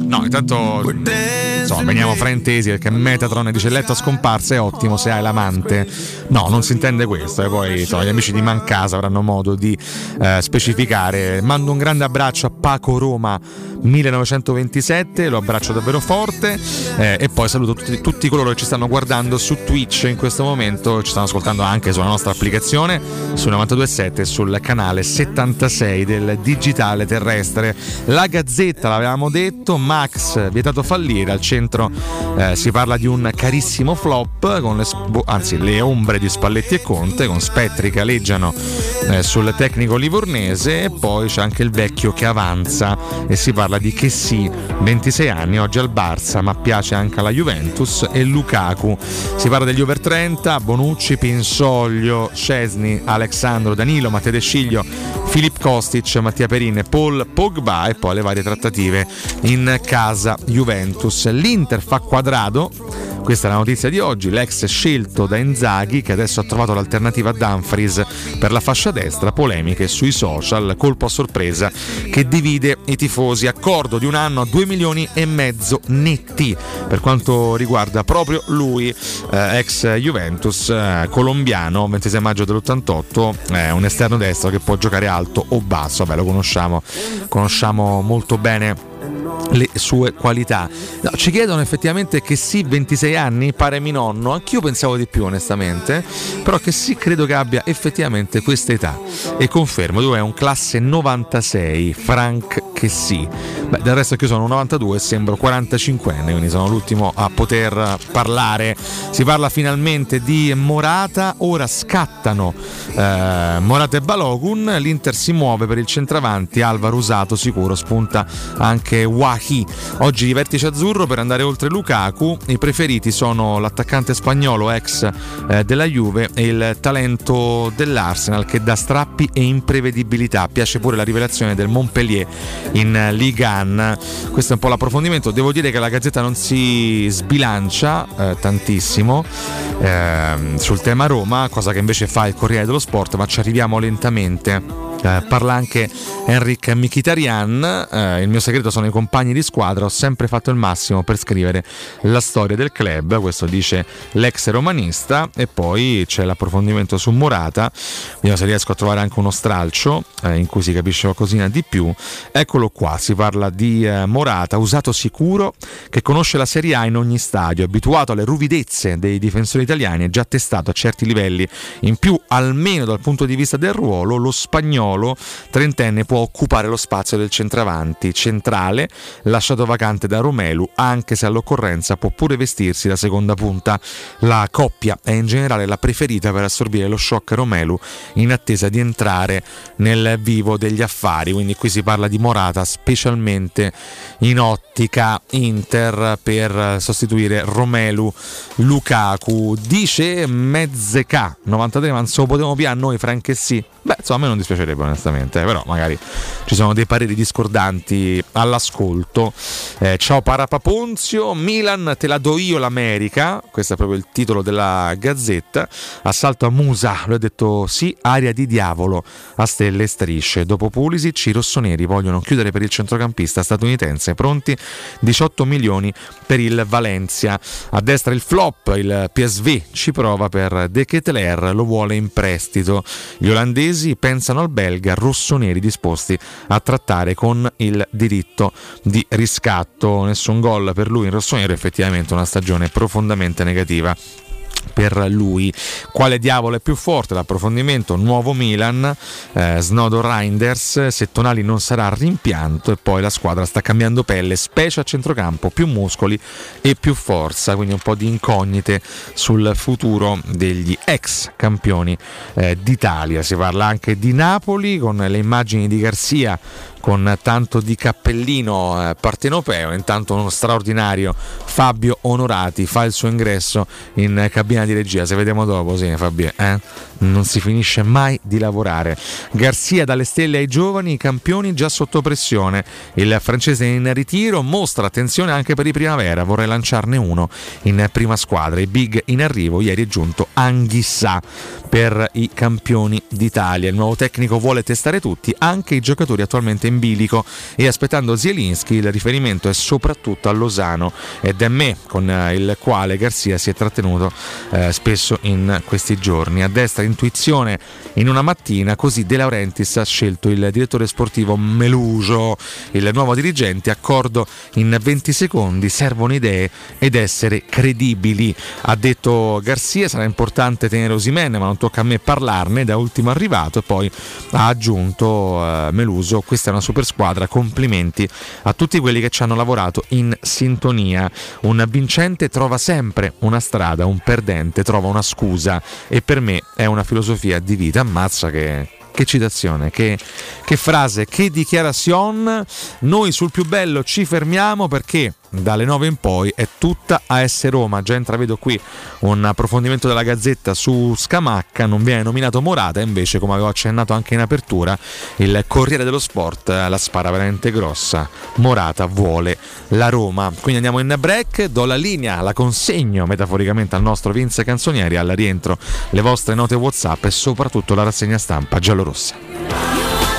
No, intanto insomma, veniamo fraintesi perché Metatron dice letto scomparsa è ottimo se hai l'amante. No, non si intende questo, e poi insomma, gli amici di Mancasa avranno modo di eh, specificare. Mando un grande abbraccio a Paco Roma millenovecentoventisette, lo abbraccio davvero forte, eh, e poi saluto tutti, tutti coloro che ci stanno guardando su Twitch in questo momento, ci stanno ascoltando anche sulla nostra applicazione, su novantadue virgola sette, sul canale settantasei del digitale terrestre. La Gazzetta, l'avevamo detto, Max vietato fallire, al centro eh, si parla di un carissimo flop con le, sp- anzi, le ombre di Spalletti e Conte, con spettri che aleggiano eh, sul tecnico livornese, e poi c'è anche il vecchio che avanza e si parla di Chessy, ventisei anni, oggi al Barça ma piace anche alla Juventus, e Lukaku. Si parla degli over trenta, Bonucci, Pinsoglio, Szczesny, Alexandro, Danilo, Matteo De Sciglio, Filip Kostic, Mattia Perin, Paul Pogba, e poi le varie trattative in casa Juventus. L'Inter fa quadrato, questa è la notizia di oggi, l'ex scelto da Inzaghi che adesso ha trovato l'alternativa a Dumfries per la fascia destra, polemiche sui social, colpo a sorpresa che divide i tifosi, accordo di un anno a due milioni e mezzo netti per quanto riguarda proprio lui, eh, ex Juventus, eh, colombiano, ventisei maggio dell'ottantotto, eh, un esterno destro che può giocare alto o basso, vabbè, lo conosciamo, conosciamo molto bene le sue qualità. No, ci chiedono effettivamente che sì, ventisei anni, pare mio nonno, anch'io pensavo di più onestamente, però che sì, credo che abbia effettivamente questa età, e confermo, lui è un classe novantasei, Frank che sì. Beh, del resto che io sono un novantadue e sembro quarantacinquenne, quindi sono l'ultimo a poter parlare. Si parla finalmente di Morata, ora scattano eh, Morata e Balogun, l'Inter si muove per il centravanti, Alvaro usato sicuro, spunta anche Wahi. Oggi di vertice azzurro per andare oltre Lukaku, i preferiti sono l'attaccante spagnolo ex eh, della Juve e il talento dell'Arsenal che dà strappi e imprevedibilità. Piace pure la rivelazione del Montpellier in Ligue uno. Questo è un po' l'approfondimento. Devo dire che la Gazzetta non si sbilancia eh, tantissimo eh, sul tema Roma, cosa che invece fa il Corriere dello Sport, ma ci arriviamo lentamente. Eh, parla anche Henrik Mkhitaryan, eh, il mio segreto sono i compagni di squadra, ho sempre fatto il massimo per scrivere la storia del club, questo dice l'ex romanista. E poi c'è l'approfondimento su Morata, vediamo se riesco a trovare anche uno stralcio eh, in cui si capisce qualcosina di più. Eccolo qua, si parla di eh, Morata, usato sicuro, che conosce la Serie A in ogni stadio, abituato alle ruvidezze dei difensori italiani e già testato a certi livelli, in più almeno dal punto di vista del ruolo, lo spagnolo trentenne può occupare lo spazio del centravanti centrale lasciato vacante da Romelu, anche se all'occorrenza può pure vestirsi da seconda punta. La coppia è in generale la preferita per assorbire lo shock Romelu in attesa di entrare nel vivo degli affari, quindi qui si parla di Morata specialmente in ottica Inter per sostituire Romelu Lukaku. Dice Mezzeka novantatré, ma non se lo potevamo più a noi Frank sì. Beh, insomma, a me non dispiacerebbe onestamente, eh, però magari ci sono dei pareri discordanti all'ascolto. Eh, ciao Parapaponzio, Milan te la do io l'America, questo è proprio il titolo della Gazzetta. Assalto a Musa, lui ha detto sì, aria di diavolo a stelle e strisce. Dopo Pulisic i rossoneri vogliono chiudere per il centrocampista statunitense, pronti diciotto milioni per il Valencia. A destra il flop, il P S V ci prova per De Ketelaere, lo vuole in prestito. Gli olandesi pensano al belga, rossoneri disposti a trattare con il diritto di riscatto. Nessun gol per lui in rossonero, effettivamente una stagione profondamente negativa per lui. Quale diavolo è più forte? L'approfondimento, nuovo Milan, eh, snodo Reinders, se Tonali non sarà rimpianto, e poi la squadra sta cambiando pelle, specie a centrocampo, più muscoli e più forza, quindi un po' di incognite sul futuro degli ex campioni eh, d'Italia. Si parla anche di Napoli con le immagini di Garcia con tanto di cappellino eh, partenopeo. Intanto uno straordinario Fabio Onorati fa il suo ingresso in cabina di regia. Se vediamo dopo, sì, Fabio, eh? non si finisce mai di lavorare. Garcia dalle stelle ai giovani, i campioni già sotto pressione. Il francese in ritiro mostra attenzione anche per i primavera, vorrei lanciarne uno in prima squadra. I big in arrivo, ieri è giunto Anghissà per i campioni d'Italia. Il nuovo tecnico vuole testare tutti, anche i giocatori attualmente in bilico, e aspettando Zielinski il riferimento è soprattutto a Lozano ed è me con il quale Garcia si è trattenuto eh, spesso in questi giorni. A destra intuizione in una mattina, così De Laurentiis ha scelto il direttore sportivo Meluso, il nuovo dirigente, accordo in venti secondi, servono idee ed essere credibili, ha detto Garcia. Sarà importante tenere Osimhen, ma non tocca a me parlarne, da ultimo arrivato. E poi ha aggiunto eh, Meluso, questa è una super squadra, complimenti a tutti quelli che ci hanno lavorato in sintonia. Un vincente trova sempre una strada, un perdente trova una scusa, e per me è una filosofia di vita. Ammazza che, che citazione, che, che frase, che dichiarazione. Noi sul più bello ci fermiamo perché dalle nove in poi è tutta A S Roma. Già intravedo qui un approfondimento della Gazzetta su Scamacca, non viene nominato Morata, invece, come avevo accennato anche in apertura, il Corriere dello Sport la spara veramente grossa: Morata vuole la Roma. Quindi andiamo in break, do la linea, la consegno metaforicamente al nostro Vince Canzonieri, al rientro le vostre note WhatsApp e soprattutto la rassegna stampa giallorossa.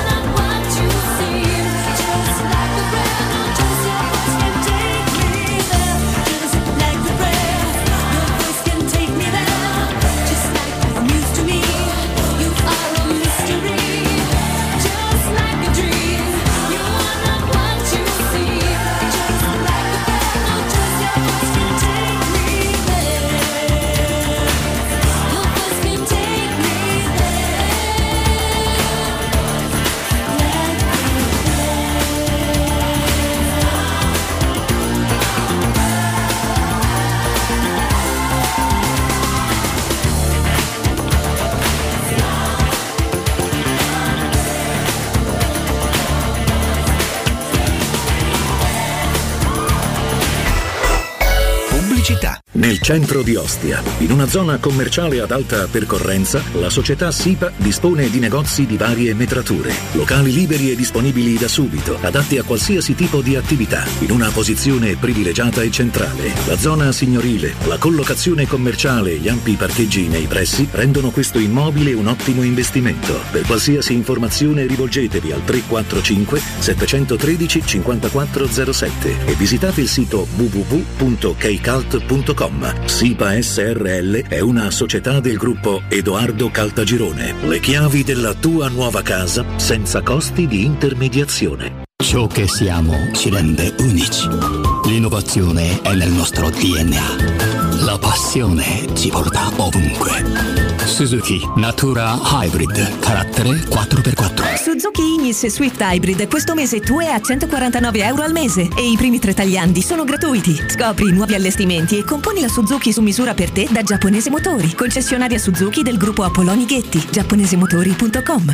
Nel centro di Ostia, in una zona commerciale ad alta percorrenza, la società SIPA dispone di negozi di varie metrature, locali liberi e disponibili da subito, adatti a qualsiasi tipo di attività, in una posizione privilegiata e centrale. La zona signorile, la collocazione commerciale e gli ampi parcheggi nei pressi rendono questo immobile un ottimo investimento. Per qualsiasi informazione rivolgetevi al tre quattro cinque sette uno tre cinque zero sette e visitate il sito w w w punto keycult punto com. SIPA S R L è una società del gruppo Edoardo Caltagirone. Le chiavi della tua nuova casa senza costi di intermediazione. Ciò che siamo ci rende unici. L'innovazione è nel nostro D N A. La passione ci porta ovunque. Suzuki Natura Hybrid, carattere quattro per quattro. Suzuki Ignis Swift Hybrid questo mese tu è a centoquarantanove euro al mese e i primi tre tagliandi sono gratuiti. Scopri i nuovi allestimenti e componi la Suzuki su misura per te da Giapponese Motori, concessionaria Suzuki del gruppo Apolloni Ghetti, giapponesemotori punto com.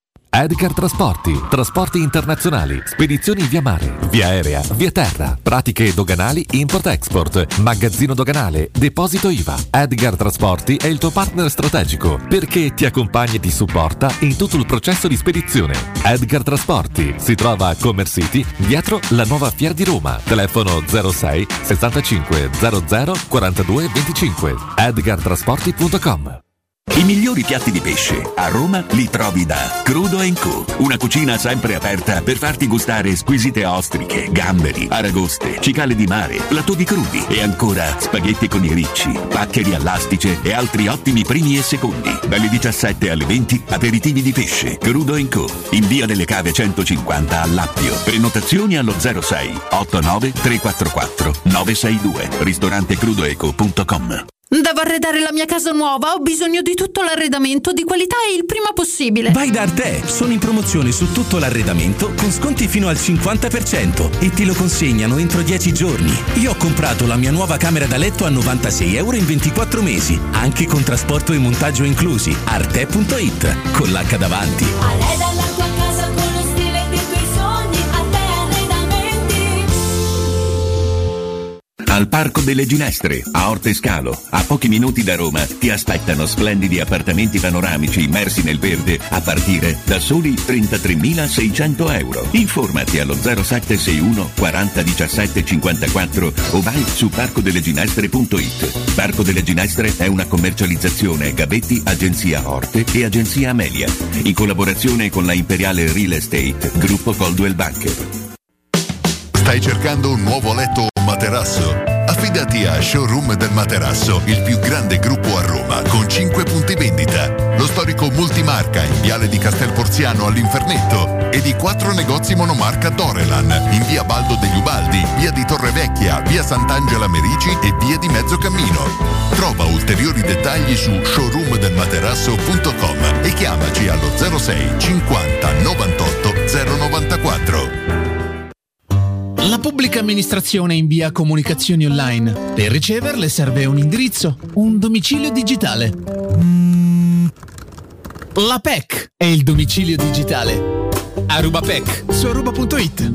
Edgar Trasporti, trasporti internazionali, spedizioni via mare, via aerea, via terra, pratiche doganali import-export, magazzino doganale, deposito I V A. Edgar Trasporti è il tuo partner strategico perché ti accompagna e ti supporta in tutto il processo di spedizione. Edgar Trasporti si trova a Commerce City, dietro la nuova Fiera di Roma. Telefono zero sei sessantacinque zero zero quarantadue venticinque. edgar trasporti punto com. I migliori piatti di pesce a Roma li trovi da Crudo and Co. Una cucina sempre aperta per farti gustare squisite ostriche, gamberi, aragoste, cicale di mare, latoni crudi e ancora spaghetti con i ricci, paccheri all'astice e altri ottimi primi e secondi. Dalle diciassette alle venti aperitivi di pesce. Crudo and Co. in via delle Cave centocinquanta a Lappio. Prenotazioni allo zero sei ottantanove tre quattro quattro nove sei due. ristorante crudo eco punto com. Devo arredare la mia casa nuova, ho bisogno di tutto l'arredamento di qualità e il prima possibile. Vai da Arte, sono in promozione su tutto l'arredamento con sconti fino al cinquanta per cento e ti lo consegnano entro dieci giorni. Io ho comprato la mia nuova camera da letto a novantasei euro in ventiquattro mesi, anche con trasporto e montaggio inclusi. arte punto it, con l'H davanti. Arreda la tua casa con lo stile dei tuoi sogni, Arte Arredamenti. Al Parco delle Ginestre, a Ortescalo, a pochi minuti da Roma, ti aspettano splendidi appartamenti panoramici immersi nel verde a partire da soli trentatremilaseicento euro. Informati allo zero sette sei uno quaranta diciassette cinquantaquattro o vai su parco delle ginestre punto it. Parco delle Ginestre è una commercializzazione Gabetti, Agenzia Orte e Agenzia Amelia, in collaborazione con la Imperiale Real Estate, Gruppo Coldwell Banker. Stai cercando un nuovo letto o materasso? Affidati a Showroom del Materasso, il più grande gruppo a Roma, con cinque punti vendita. Lo storico multimarca in Viale di Castel Porziano all'Infernetto e di quattro negozi monomarca Dorelan in Via Baldo degli Ubaldi, Via di Torrevecchia, Via Sant'Angela Merici e Via di Mezzocammino. Trova ulteriori dettagli su showroom del materasso punto com e chiamaci allo zero sei cinquanta novantotto zero novantaquattro. La pubblica amministrazione invia comunicazioni online. Per riceverle serve un indirizzo, un domicilio digitale. La P E C è il domicilio digitale. Aruba P E C su aruba punto it.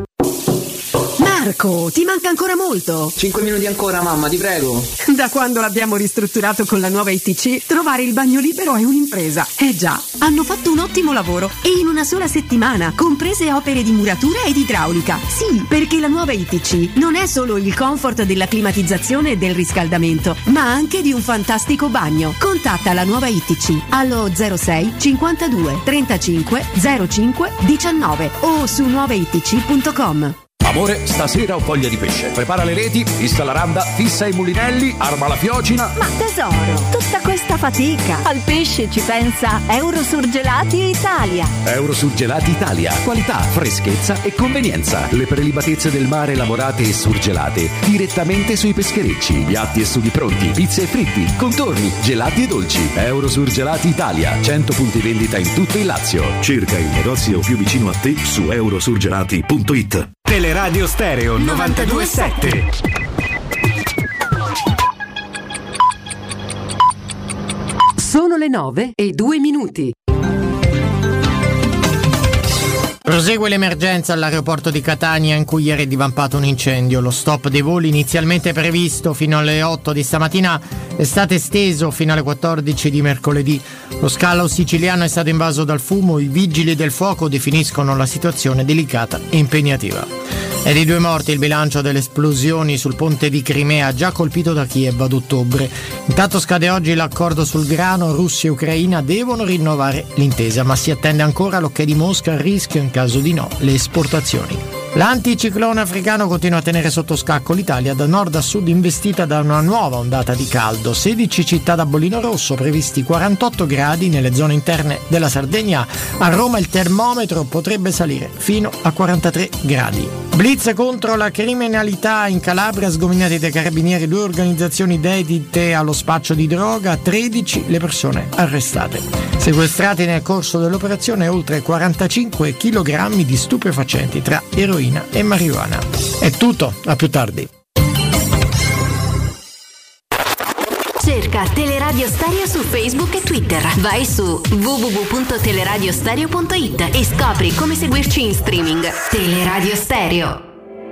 Marco, ti manca ancora molto. Cinque minuti ancora, mamma, ti prego. Da quando l'abbiamo ristrutturato con la nuova I T C, trovare il bagno libero è un'impresa. Eh già, hanno fatto un ottimo lavoro e in una sola settimana, comprese opere di muratura ed idraulica. Sì, perché la nuova I T C non è solo il comfort della climatizzazione e del riscaldamento, ma anche di un fantastico bagno. Contatta la nuova I T C allo zero sei cinquantadue trentacinque zero cinque diciannove o su nuova i t c punto com. Amore, stasera ho voglia di pesce. Prepara le reti, fissa la randa, fissa i mulinelli, arma la fiocina. Ma tesoro, tutta questa fatica. Al pesce ci pensa Eurosurgelati Italia. Eurosurgelati Italia. Qualità, freschezza e convenienza. Le prelibatezze del mare lavorate e surgelate direttamente sui pescherecci. Piatti e sughi pronti, pizze e fritti, contorni, gelati e dolci. Eurosurgelati Italia. cento punti vendita in tutto il Lazio. Cerca il negozio più vicino a te su eurosurgelati punto it. Teleradio Stereo novantadue sette. Sono le nove e due minuti. Prosegue l'emergenza all'aeroporto di Catania, in cui ieri è divampato un incendio. Lo stop dei voli, inizialmente previsto fino alle otto di stamattina, è stato esteso fino alle quattordici di mercoledì. Lo scalo siciliano è stato invaso dal fumo. I vigili del fuoco definiscono la situazione delicata e impegnativa. È di due morti il bilancio delle esplosioni sul ponte di Crimea, già colpito da Kiev ad ottobre. Intanto scade oggi l'accordo sul grano. Russia e Ucraina devono rinnovare l'intesa, ma si attende ancora l'ok di Mosca, a rischio, in caso di no, le esportazioni. L'anticiclone africano continua a tenere sotto scacco l'Italia, da nord a sud investita da una nuova ondata di caldo. sedici città da bollino rosso, previsti quarantotto gradi nelle zone interne della Sardegna. A Roma il termometro potrebbe salire fino a quarantatré gradi. Blitz contro la criminalità in Calabria, sgominati dai carabinieri due organizzazioni dedite allo spaccio di droga, tredici le persone arrestate. Sequestrati nel corso dell'operazione oltre quarantacinque chilogrammi di stupefacenti tra eroina e marijuana. È tutto, a più tardi. Cerca Teleradio Stereo su Facebook e Twitter. Vai su w w w punto teleradiostereo punto it e scopri come seguirci in streaming. Teleradio Stereo.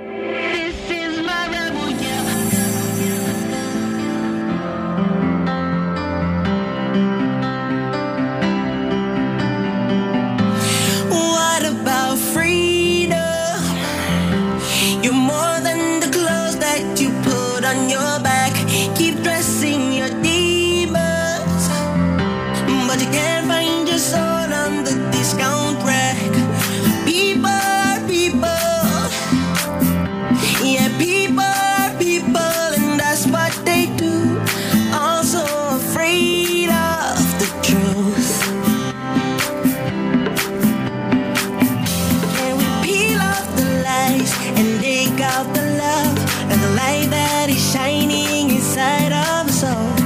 What about freedom? You're more than the clothes that you put on your back. Keep dressing your demons, but you can't find your soul on the discount rack. People are people, yeah, people are people, and that's what they do. Also afraid of the truth. Can we peel off the lies and take out the love and the light that is shining inside of us all?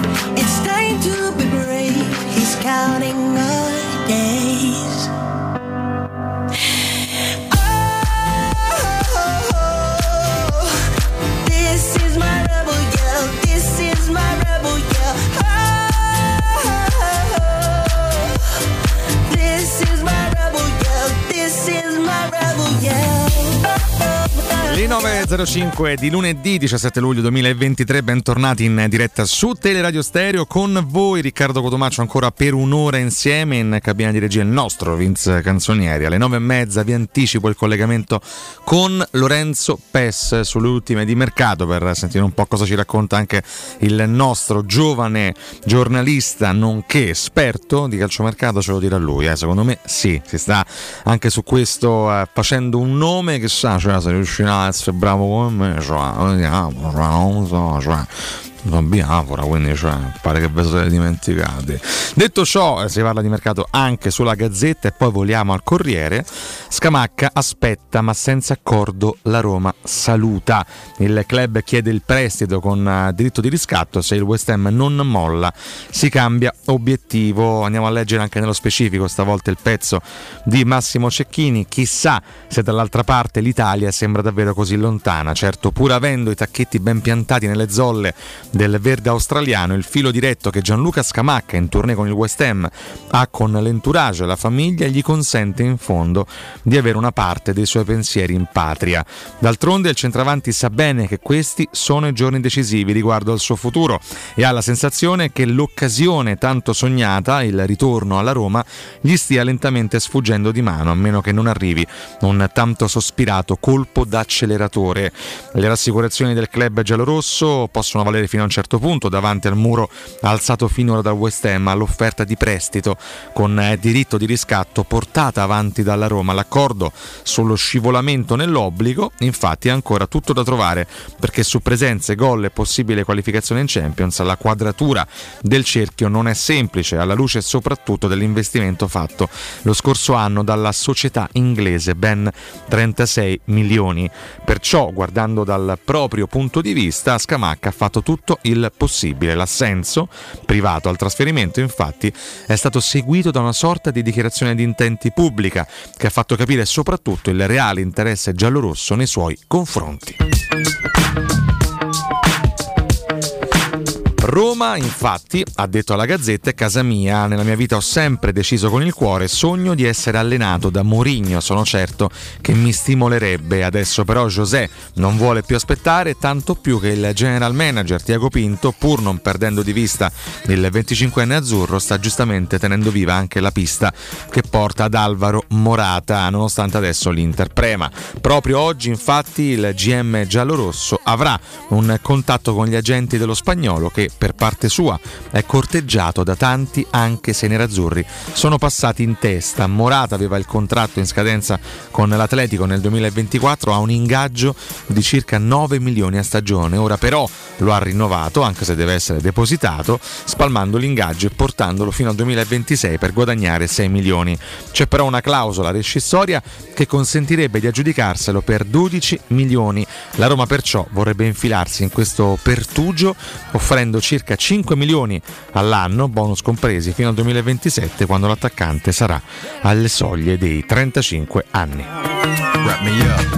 nove e zero cinque di lunedì diciassette luglio duemilaventitré, bentornati in diretta su Teleradio Stereo con voi Riccardo Cotomaccio ancora per un'ora insieme in cabina di regia il nostro Vince Canzonieri. Alle nove e mezza vi anticipo il collegamento con Lorenzo Pes sulle ultime di mercato per sentire un po' cosa ci racconta anche il nostro giovane giornalista nonché esperto di calciomercato, ce lo dirà lui, eh. Secondo me sì, si sta anche su questo eh, facendo un nome che sa, cioè se riuscirà a essere bravo come me, cioè, vediamo, cioè, non so, cioè una biafora, quindi cioè, pare che ve lo siete dimenticati. Detto ciò, si parla di mercato anche sulla Gazzetta e poi voliamo al Corriere. Scamacca aspetta ma senza accordo la Roma saluta. Il club chiede il prestito con diritto di riscatto, se il West Ham non molla si cambia obiettivo. Andiamo a leggere anche nello specifico stavolta il pezzo di Massimo Cecchini. Chissà se dall'altra parte l'Italia sembra davvero così lontana. Certo, pur avendo i tacchetti ben piantati nelle zolle del verde australiano, il filo diretto che Gianluca Scamacca in tournée con il West Ham ha con l'entourage e la famiglia gli consente in fondo di avere una parte dei suoi pensieri in patria. D'altronde il centravanti sa bene che questi sono i giorni decisivi riguardo al suo futuro e ha la sensazione che l'occasione tanto sognata, il ritorno alla Roma, gli stia lentamente sfuggendo di mano, a meno che non arrivi un tanto sospirato colpo d'acceleratore. Le rassicurazioni del club giallorosso possono valere fino a un certo punto davanti al muro alzato finora dal West Ham all'offerta di prestito con diritto di riscatto portata avanti dalla Roma. L'accordo sullo scivolamento nell'obbligo infatti è ancora tutto da trovare, perché su presenze, gol e possibile qualificazione in Champions la quadratura del cerchio non è semplice, alla luce soprattutto dell'investimento fatto lo scorso anno dalla società inglese, ben trentasei milioni. Perciò, guardando dal proprio punto di vista, Scamacca ha fatto tutto il possibile. L'assenso privato al trasferimento infatti è stato seguito da una sorta di dichiarazione di intenti pubblica che ha fatto capire soprattutto il reale interesse giallorosso nei suoi confronti. Roma, infatti, ha detto alla Gazzetta, è casa mia, nella mia vita ho sempre deciso con il cuore, sogno di essere allenato da Mourinho, sono certo che mi stimolerebbe. Adesso però José non vuole più aspettare, tanto più che il general manager Tiago Pinto, pur non perdendo di vista il venticinquenne azzurro, sta giustamente tenendo viva anche la pista che porta ad Alvaro Morata, nonostante adesso l'Inter prema. Proprio oggi, infatti, il G M giallorosso avrà un contatto con gli agenti dello spagnolo che per parte sua è corteggiato da tanti, anche se i nerazzurri sono passati in testa. Morata aveva il contratto in scadenza con l'Atletico nel duemilaventiquattro, ha un ingaggio di circa nove milioni a stagione, ora però lo ha rinnovato, anche se deve essere depositato, spalmando l'ingaggio e portandolo fino al duemilaventisei per guadagnare sei milioni. C'è però una clausola rescissoria che consentirebbe di aggiudicarselo per dodici milioni. La Roma perciò vorrebbe infilarsi in questo pertugio offrendo circa cinque milioni all'anno, bonus compresi, fino al duemilaventisette, quando l'attaccante sarà alle soglie dei trentacinque anni. Wrap me up.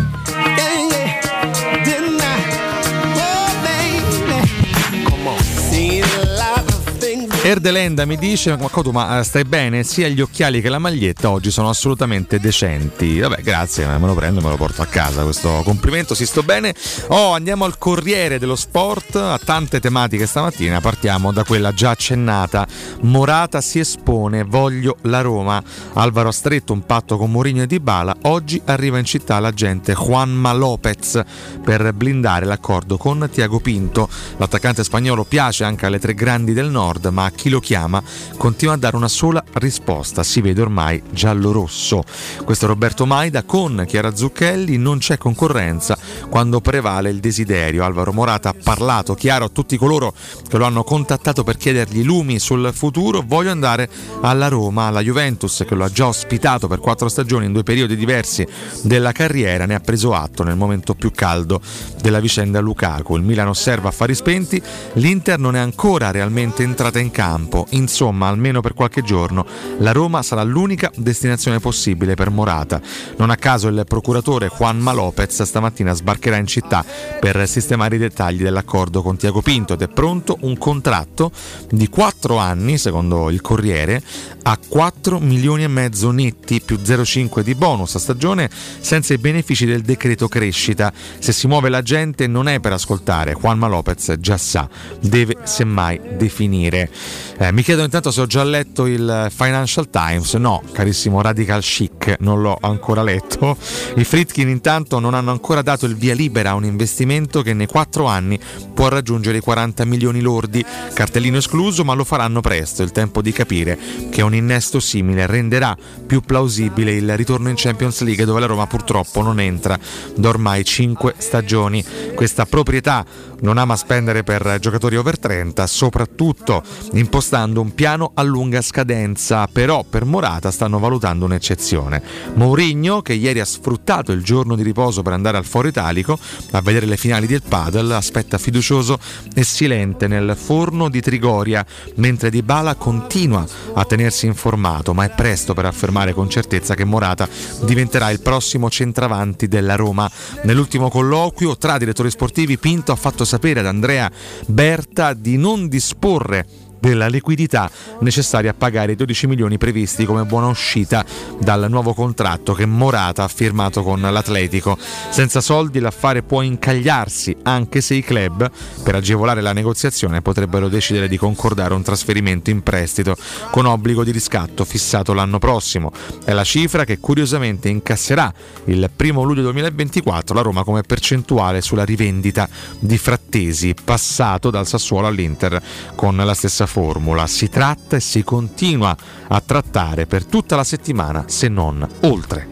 Erdelenda mi dice: ma Cotu, ma stai bene? Sia gli occhiali che la maglietta oggi sono assolutamente decenti. Vabbè, grazie, me lo prendo e me lo porto a casa questo complimento, si sto bene. Oh, andiamo al Corriere dello Sport, a tante tematiche stamattina. Partiamo da quella già accennata. Morata si espone, voglio la Roma. Alvaro ha stretto un patto con Mourinho e Dybala, oggi arriva in città l'agente Juanma Lopez per blindare l'accordo con Tiago Pinto. L'attaccante spagnolo piace anche alle tre grandi del nord, ma chi lo chiama continua a dare una sola risposta: si vede ormai giallo-rosso. Questo è Roberto Maida con Chiara Zucchelli. Non c'è concorrenza quando prevale il desiderio. Alvaro Morata ha parlato chiaro a tutti coloro che lo hanno contattato per chiedergli lumi sul futuro: voglio andare alla Roma. La Juventus, che lo ha già ospitato per quattro stagioni in due periodi diversi della carriera, ne ha preso atto nel momento più caldo della vicenda Lukaku. Il Milan osserva affari spenti, l'Inter non è ancora realmente entrata in campo campo. Insomma, almeno per qualche giorno la Roma sarà l'unica destinazione possibile per Morata. Non a caso il procuratore Juanma Lopez stamattina sbarcherà in città per sistemare i dettagli dell'accordo con Tiago Pinto ed è pronto un contratto di quattro anni, secondo il Corriere, a quattro milioni e mezzo netti più zero virgola cinque di bonus a stagione, senza i benefici del decreto crescita. Se si muove la gente non è per ascoltare, Juanma Lopez già sa, deve semmai definire. Eh, mi chiedo intanto se ho già letto il Financial Times. No, carissimo Radical Chic, non l'ho ancora letto. I Friedkin intanto non hanno ancora dato il via libera a un investimento che nei quattro anni può raggiungere i quaranta milioni lordi, cartellino escluso, ma lo faranno presto, il tempo di capire che un innesto simile renderà più plausibile il ritorno in Champions League, dove la Roma purtroppo non entra da ormai cinque stagioni. Questa proprietà non ama spendere per giocatori over trenta, soprattutto impostando un piano a lunga scadenza, però per Morata stanno valutando un'eccezione. Mourinho, che ieri ha sfruttato il giorno di riposo per andare al Foro Italico a vedere le finali del padel, aspetta fiducioso e silente nel forno di Trigoria, mentre Dybala continua a tenersi informato, ma è presto per affermare con certezza che Morata diventerà il prossimo centravanti della Roma. Nell'ultimo colloquio tra direttori sportivi, Pinto ha fatto sapere ad Andrea Berta di non disporre della liquidità necessaria a pagare i dodici milioni previsti come buona uscita dal nuovo contratto che Morata ha firmato con l'Atletico. Senza soldi l'affare può incagliarsi, anche se i club, per agevolare la negoziazione, potrebbero decidere di concordare un trasferimento in prestito con obbligo di riscatto fissato l'anno prossimo. È la cifra che curiosamente incasserà il primo luglio duemilaventiquattro la Roma come percentuale sulla rivendita di Frattesi, passato dal Sassuolo all'Inter con la stessa formula. Si tratta e si continua a trattare per tutta la settimana, se non oltre.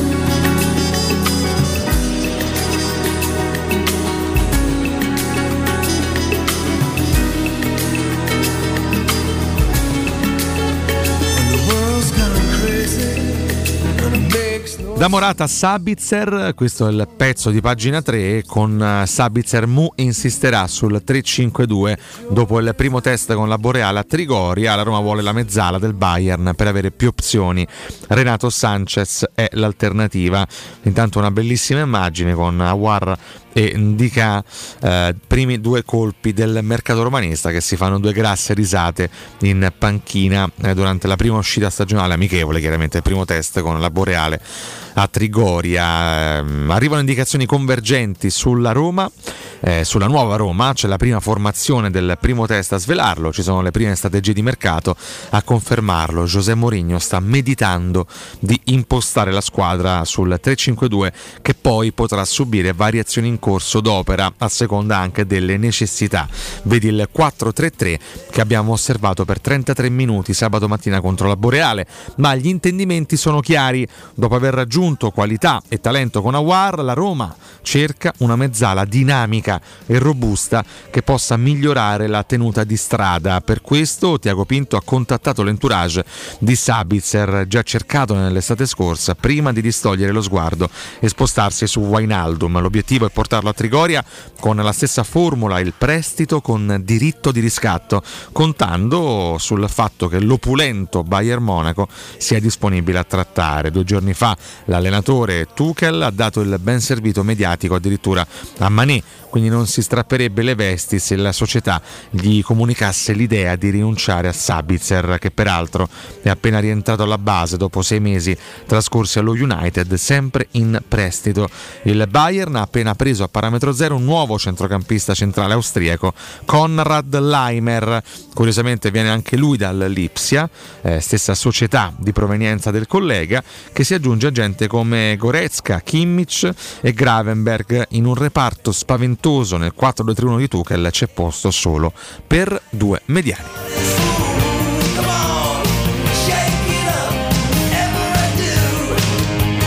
Da Morata a Sabitzer, questo è il pezzo di pagina tre, con Sabitzer Mu insisterà sul tre cinque due dopo il primo test con la Boreale a Trigoria. La Roma vuole la mezzala del Bayern per avere più opzioni. Renato Sanchez è l'alternativa. Intanto una bellissima immagine con Aouar e Ndicà, eh, primi due colpi del mercato romanista, che si fanno due grasse risate in panchina eh, durante la prima uscita stagionale amichevole, chiaramente il primo test con la Boreale a Trigoria. Eh, arrivano indicazioni convergenti sulla Roma, eh, sulla nuova Roma. C'è la prima formazione del primo test a svelarlo, ci sono le prime strategie di mercato a confermarlo. José Mourinho sta meditando di impostare la squadra sul tre cinque due, che poi potrà subire variazioni in corso d'opera a seconda anche delle necessità. Vedi il quattro tre tre che abbiamo osservato per trentatré minuti sabato mattina contro la Boreale, ma gli intendimenti sono chiari. Dopo aver raggiunto qualità e talento con Aouar, la Roma cerca una mezzala dinamica e robusta che possa migliorare la tenuta di strada. Per questo Tiago Pinto ha contattato l'entourage di Sabitzer, già cercato nell'estate scorsa, prima di distogliere lo sguardo e spostarsi su Wijnaldum. L'obiettivo è portarlo a Trigoria con la stessa formula, il prestito con diritto di riscatto, contando sul fatto che l'opulento Bayern Monaco sia disponibile a trattare. Due giorni fa l'allenatore Tuchel ha dato il ben servito mediatico addirittura a Mané, quindi non si strapperebbe le vesti se la società gli comunicasse l'idea di rinunciare a Sabitzer, che peraltro è appena rientrato alla base dopo sei mesi trascorsi allo United, sempre in prestito. Il Bayern ha appena preso a parametro zero un nuovo centrocampista centrale austriaco, Konrad Laimer. Curiosamente viene anche lui dal Lipsia, eh, stessa società di provenienza del collega, che si aggiunge a gente come Goretzka, Kimmich e Gravenberg. In un reparto spaventoso nel quattro due tre uno di Tuchel c'è posto solo per due mediani.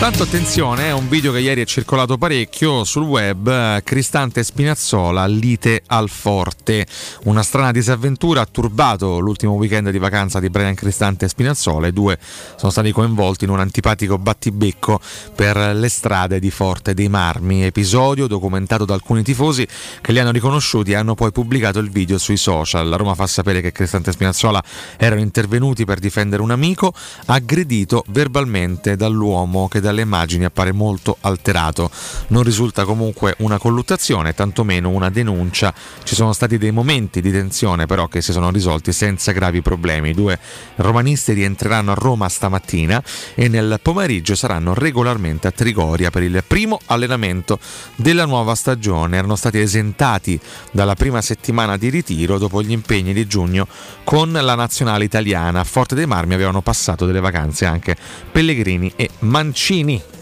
Tanto attenzione, è un video che ieri è circolato parecchio sul web. Cristante e Spinazzola, lite al forte. Una strana disavventura ha turbato l'ultimo weekend di vacanza di Brian Cristante e Spinazzola. I due sono stati coinvolti in un antipatico battibecco per le strade di Forte dei Marmi, episodio documentato da alcuni tifosi che li hanno riconosciuti e hanno poi pubblicato il video sui social. La Roma fa sapere che Cristante e Spinazzola erano intervenuti per difendere un amico aggredito verbalmente dall'uomo che dalle immagini appare molto alterato. Non risulta comunque una colluttazione, tantomeno una denuncia. Ci sono stati dei momenti di tensione però che si sono risolti senza gravi problemi. I due romanisti rientreranno a Roma stamattina e nel pomeriggio saranno regolarmente a Trigoria per il primo allenamento della nuova stagione. Erano stati esentati dalla prima settimana di ritiro dopo gli impegni di giugno con la nazionale italiana. A Forte dei Marmi avevano passato delle vacanze anche Pellegrini e Mancini.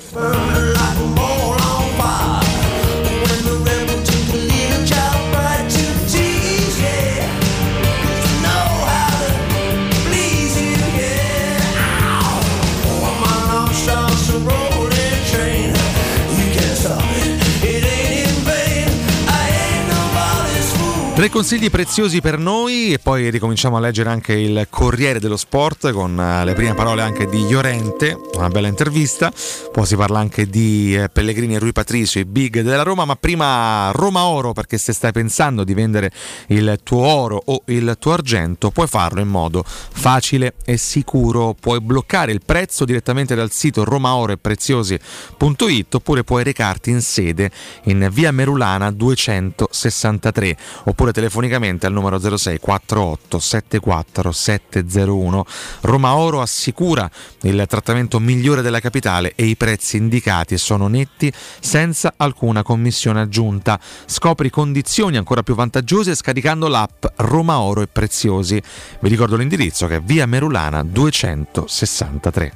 Tre consigli preziosi per noi e poi ricominciamo a leggere anche il Corriere dello Sport con le prime parole anche di Llorente, una bella intervista. Poi si parla anche di Pellegrini e Rui Patricio, i big della Roma, ma prima Roma Oro, perché se stai pensando di vendere il tuo oro o il tuo argento puoi farlo in modo facile e sicuro. Puoi bloccare il prezzo direttamente dal sito romaoro e preziosi punto it oppure puoi recarti in sede in via Merulana duecentosessantatré oppure telefonicamente al numero zero sei quarantotto settantaquattro settecentouno. Roma Oro assicura il trattamento migliore della capitale e i prezzi indicati sono netti senza alcuna commissione aggiunta. Scopri condizioni ancora più vantaggiose scaricando l'app Roma Oro e Preziosi. Vi ricordo l'indirizzo che è via Merulana duecentosessantatré.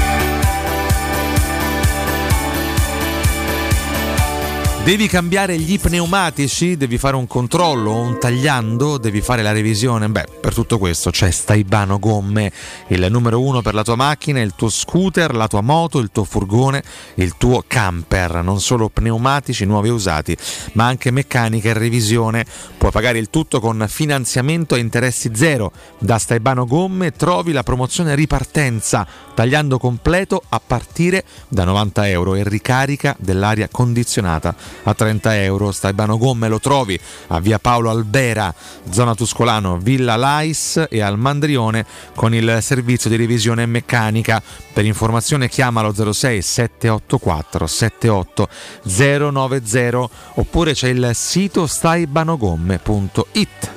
Devi cambiare gli pneumatici? Devi fare un controllo o un tagliando? Devi fare la revisione? Beh, per tutto questo c'è Staibano Gomme, il numero uno per la tua macchina, il tuo scooter, la tua moto, il tuo furgone, il tuo camper. Non solo pneumatici nuovi e usati, ma anche meccanica e revisione. Puoi pagare il tutto con finanziamento a interessi zero. Da Staibano Gomme trovi la promozione ripartenza, tagliando completo a partire da novanta euro e ricarica dell'aria condizionata a trenta euro. Staibano Gomme lo trovi a via Paolo Albera, zona Tuscolano, Villa Lais e al Mandrione con il servizio di revisione meccanica. Per informazione chiamalo zero sei settecentoottantaquattro settantotto zero novanta oppure c'è il sito staibanogomme punto it.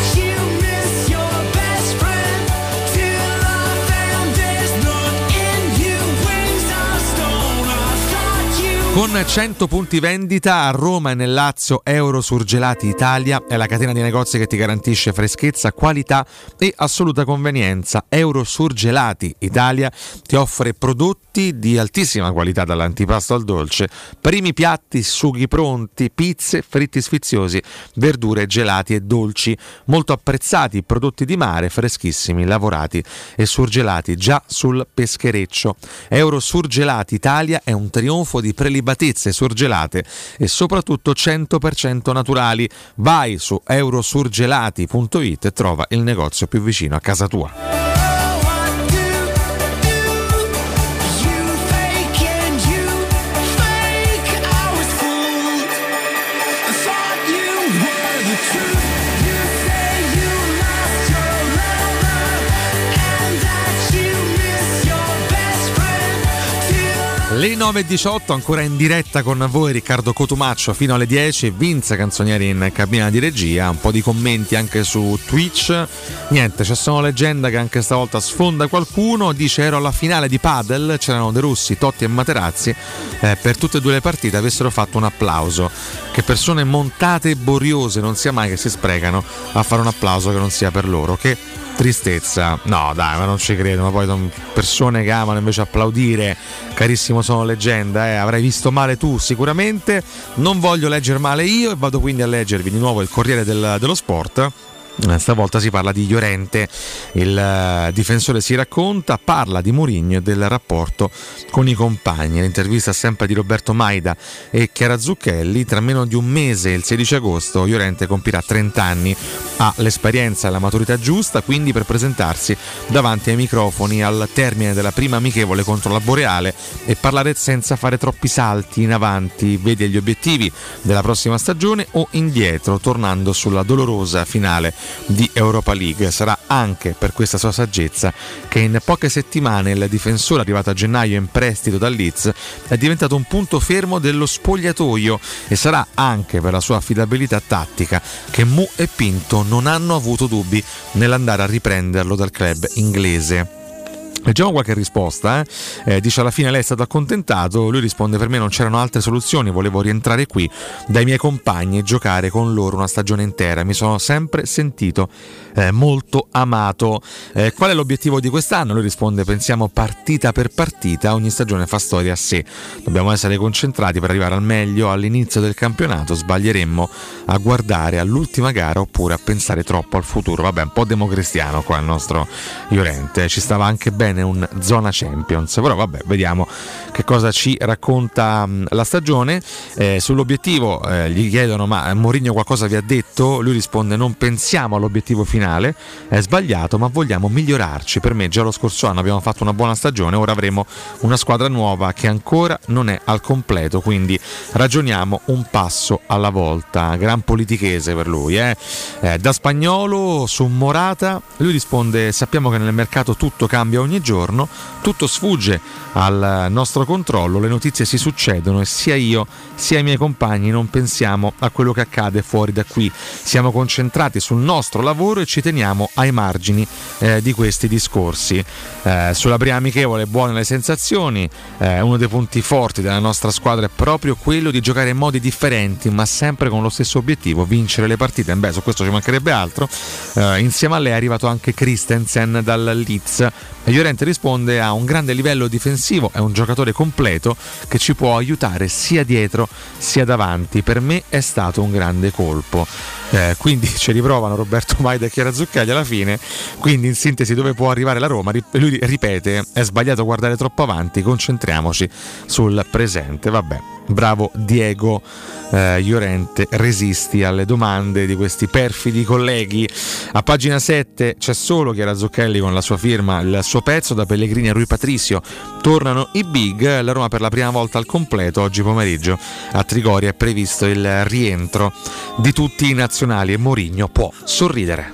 Con cento punti vendita a Roma e nel Lazio, Eurosurgelati Italia è la catena di negozi che ti garantisce freschezza, qualità e assoluta convenienza. Eurosurgelati Italia ti offre prodotti di altissima qualità, dall'antipasto al dolce, primi piatti, sughi pronti, pizze, fritti sfiziosi, verdure, gelati e dolci, molto apprezzati, prodotti di mare freschissimi, lavorati e surgelati già sul peschereccio. Eurosurgelati Italia è un trionfo di prelibatezze surgelate e soprattutto cento per cento naturali. Vai su eurosurgelati punto it e trova il negozio più vicino a casa tua. Le nove e diciotto ancora in diretta con voi Riccardo Cotumaccio fino alle dieci, Vince Canzonieri in cabina di regia, un po' di commenti anche su Twitch. Niente, c'è solo Leggenda che anche stavolta sfonda qualcuno, dice ero alla finale di padel, c'erano De Rossi, Totti e Materazzi, eh, per tutte e due le partite avessero fatto un applauso. Che persone montate e boriose, non sia mai che si sprecano a fare un applauso che non sia per loro. Che tristezza. No dai, ma non ci credo, ma poi persone che amano invece applaudire. Carissimo Sono Leggenda, eh, avrai visto male tu sicuramente, non voglio leggere male io e vado quindi a leggervi di nuovo il Corriere del, dello Sport Stavolta si parla di Llorente, il difensore si racconta, parla di Mourinho e del rapporto con i compagni. L'intervista sempre di Roberto Maida e Chiara Zucchelli. Tra meno di un mese, il sedici agosto, Llorente compirà trenta anni, ha l'esperienza e la maturità giusta quindi per presentarsi davanti ai microfoni al termine della prima amichevole contro la Boreale e parlare senza fare troppi salti in avanti. Vede gli obiettivi della prossima stagione o indietro, tornando sulla dolorosa finale di Europa League. Sarà anche per questa sua saggezza che in poche settimane il difensore, arrivato a gennaio in prestito dal Leeds, è diventato un punto fermo dello spogliatoio, e sarà anche per la sua affidabilità tattica che Mu e Pinto non hanno avuto dubbi nell'andare a riprenderlo dal club inglese. Leggiamo qualche risposta, eh? Eh, dice: alla fine lei è stato accontentato. Lui risponde: per me non c'erano altre soluzioni, volevo rientrare qui dai miei compagni e giocare con loro una stagione intera, mi sono sempre sentito eh, molto amato. Eh, qual è l'obiettivo di quest'anno? Lui risponde: pensiamo partita per partita, ogni stagione fa storia a sé, dobbiamo essere concentrati per arrivare al meglio all'inizio del campionato, sbaglieremmo a guardare all'ultima gara oppure a pensare troppo al futuro. Vabbè, un po' democristiano qua il nostro Llorente, ci stava anche bene un zona Champions, però vabbè, vediamo che cosa ci racconta mh, la stagione. Eh, sull'obiettivo eh, gli chiedono: ma Mourinho qualcosa vi ha detto? Lui risponde: non pensiamo all'obiettivo finale, è sbagliato, ma vogliamo migliorarci. Per me già lo scorso anno abbiamo fatto una buona stagione, ora avremo una squadra nuova che ancora non è al completo, quindi ragioniamo un passo alla volta. Gran politichese per lui, eh? Eh, da Spagnolo su Morata, lui risponde: sappiamo che nel mercato tutto cambia ogni giorno, tutto sfugge al nostro controllo, le notizie si succedono e sia io sia i miei compagni non pensiamo a quello che accade fuori da qui, siamo concentrati sul nostro lavoro e ci teniamo ai margini eh, di questi discorsi. Eh, sulla prima amichevole buone le sensazioni, eh, uno dei punti forti della nostra squadra è proprio quello di giocare in modi differenti ma sempre con lo stesso obiettivo, vincere le partite. Beh, su questo ci mancherebbe altro. Eh, insieme a lei è arrivato anche Christensen dal Leeds. Llorente risponde: ha un grande livello difensivo, è un giocatore completo che ci può aiutare sia dietro sia davanti, per me è stato un grande colpo. Eh, quindi ci riprovano Roberto Maida e Chiara Zucchelli alla fine. Quindi in sintesi, dove può arrivare la Roma? Lui ripete: è sbagliato guardare troppo avanti, concentriamoci sul presente. Vabbè, bravo Diego eh, Llorente, resisti alle domande di questi perfidi colleghi. A pagina sette c'è solo Chiara Zucchelli con la sua firma, il suo pezzo da Pellegrini a Rui Patricio. Tornano i big, la Roma per la prima volta al completo. Oggi pomeriggio a Trigoria è previsto il rientro di tutti i nazionali e Mourinho può sorridere.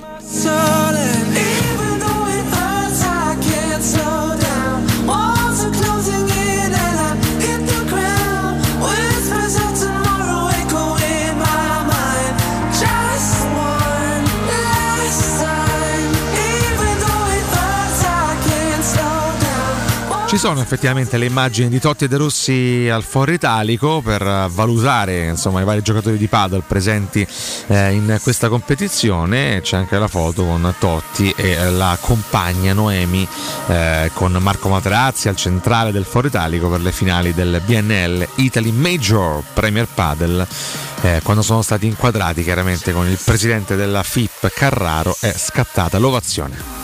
Ci sono effettivamente le immagini di Totti e De Rossi al Foro Italico per valutare, insomma, i vari giocatori di padel presenti eh, in questa competizione. C'è anche la foto con Totti e la compagna Noemi eh, con Marco Materazzi al centrale del Foro Italico per le finali del B N L Italy Major Premier Padel. Eh, quando sono stati inquadrati chiaramente con il presidente della F I P Carraro è scattata l'ovazione.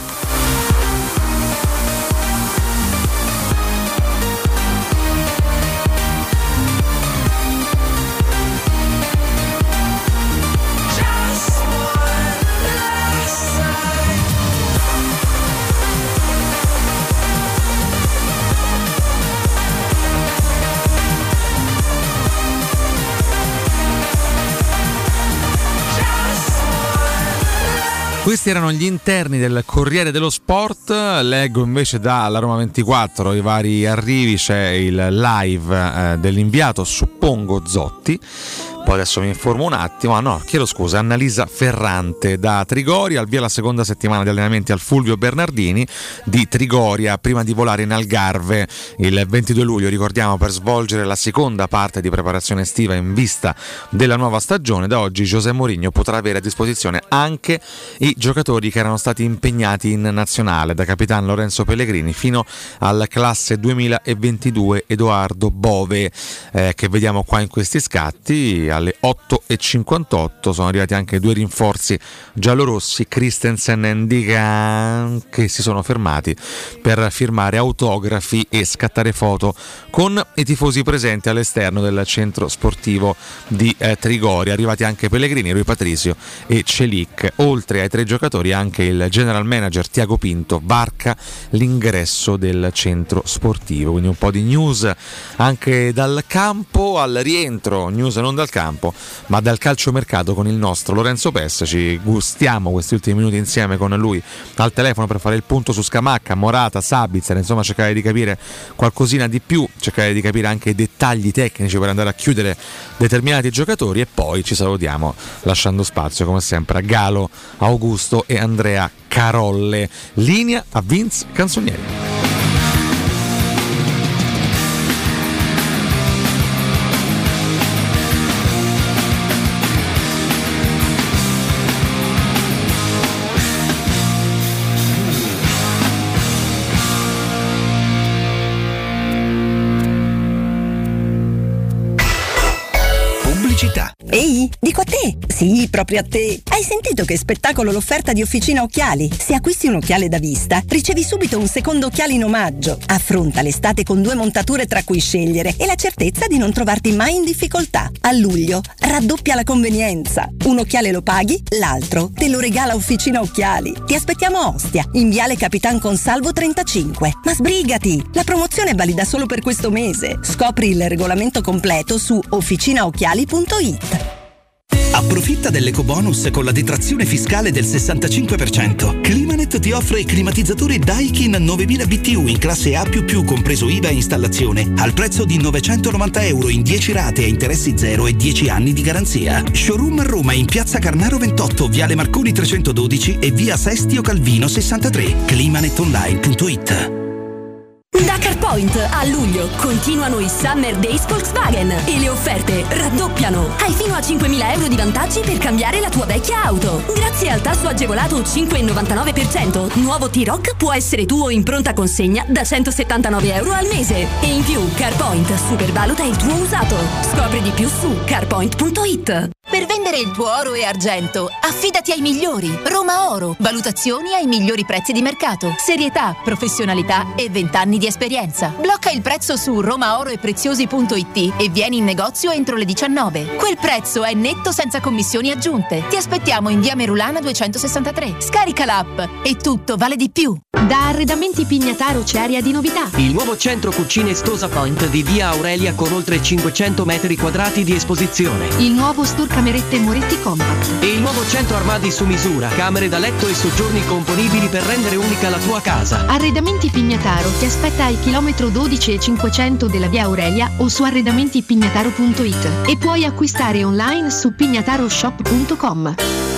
Questi erano gli interni del Corriere dello Sport. Leggo invece dalla Roma ventiquattro i vari arrivi. C'è il live eh, dell'inviato, suppongo Zotti. Poi adesso mi informo un attimo. Ah no, chiedo scusa, Annalisa Ferrante da Trigoria, al via la seconda settimana di allenamenti al Fulvio Bernardini di Trigoria, prima di volare in Algarve il ventidue luglio, ricordiamo, per svolgere la seconda parte di preparazione estiva in vista della nuova stagione. Da oggi José Mourinho potrà avere a disposizione anche i giocatori che erano stati impegnati in nazionale, da capitano Lorenzo Pellegrini fino al classe duemilaventidue Edoardo Bove, eh, che vediamo qua in questi scatti. alle otto e cinquantotto. Sono arrivati anche due rinforzi giallorossi, Christensen e Ndiga, che si sono fermati per firmare autografi e scattare foto con i tifosi presenti all'esterno del centro sportivo di eh, Trigoria. Arrivati anche Pellegrini, Rui Patricio e Celic. Oltre ai tre giocatori anche il general manager Tiago Pinto varca l'ingresso del centro sportivo. Quindi un po' di news anche dal campo al rientro, news non dal campo ma dal calciomercato con il nostro Lorenzo Pessa. Ci gustiamo questi ultimi minuti insieme con lui al telefono per fare il punto su Scamacca, Morata, Sabitzer, insomma cercare di capire qualcosina di più, cercare di capire anche i dettagli tecnici per andare a chiudere determinati giocatori, e poi ci salutiamo lasciando spazio come sempre a Galo, Augusto e Andrea Carolle. Linea a Vince Canzonieri. Ehi, dico a te! Sì, proprio a te! Hai sentito che spettacolo l'offerta di Officina Occhiali? Se acquisti un occhiale da vista, ricevi subito un secondo occhiale in omaggio. Affronta l'estate con due montature tra cui scegliere e la certezza di non trovarti mai in difficoltà. A luglio raddoppia la convenienza. Un occhiale lo paghi, l'altro te lo regala Officina Occhiali. Ti aspettiamo a Ostia, in viale Capitan Consalvo trentacinque. Ma sbrigati! La promozione è valida solo per questo mese. Scopri il regolamento completo su officinaocchiali punto it. Approfitta dell'ecobonus con la detrazione fiscale del sessantacinque per cento. Climanet ti offre climatizzatore Daikin novemila B T U in classe A più più, compreso I V A e installazione, al prezzo di novecentonovanta euro in dieci rate a interessi zero e dieci anni di garanzia. Showroom a Roma in piazza Carnaro ventotto, viale Marconi trecentododici e via Sestio Calvino sessantatré. climanetonline punto it. Da CarPoint a luglio continuano i Summer Days Volkswagen e le offerte raddoppiano. Hai fino a cinquemila euro di vantaggi per cambiare la tua vecchia auto. Grazie al tasso agevolato cinque virgola novantanove per cento, nuovo T-Roc può essere tuo in pronta consegna da centosettantanove euro al mese. E in più CarPoint supervaluta il tuo usato. Scopri di più su carpoint punto it. Per vendere il tuo oro e argento, affidati ai migliori. Roma Oro. Valutazioni ai migliori prezzi di mercato. Serietà, professionalità e vent'anni di esperienza. Blocca il prezzo su romaoroepreziosi punto it e vieni in negozio entro le diciannove. Quel prezzo è netto senza commissioni aggiunte. Ti aspettiamo in via Merulana duecentosessantatré. Scarica l'app e tutto vale di più. Da Arredamenti Pignataro c'è aria di novità. Il nuovo centro cucine Stosa Point di via Aurelia con oltre cinquecento metri quadrati di esposizione. Il nuovo store camerette Moretti Compact. E il nuovo centro armadi su misura, camere da letto e soggiorni componibili per rendere unica la tua casa. Arredamenti Pignataro ti aspetta al chilometro dodici e cinquecento della via Aurelia o su arredamenti pignataro punto it e puoi acquistare online su pignataroshop punto com.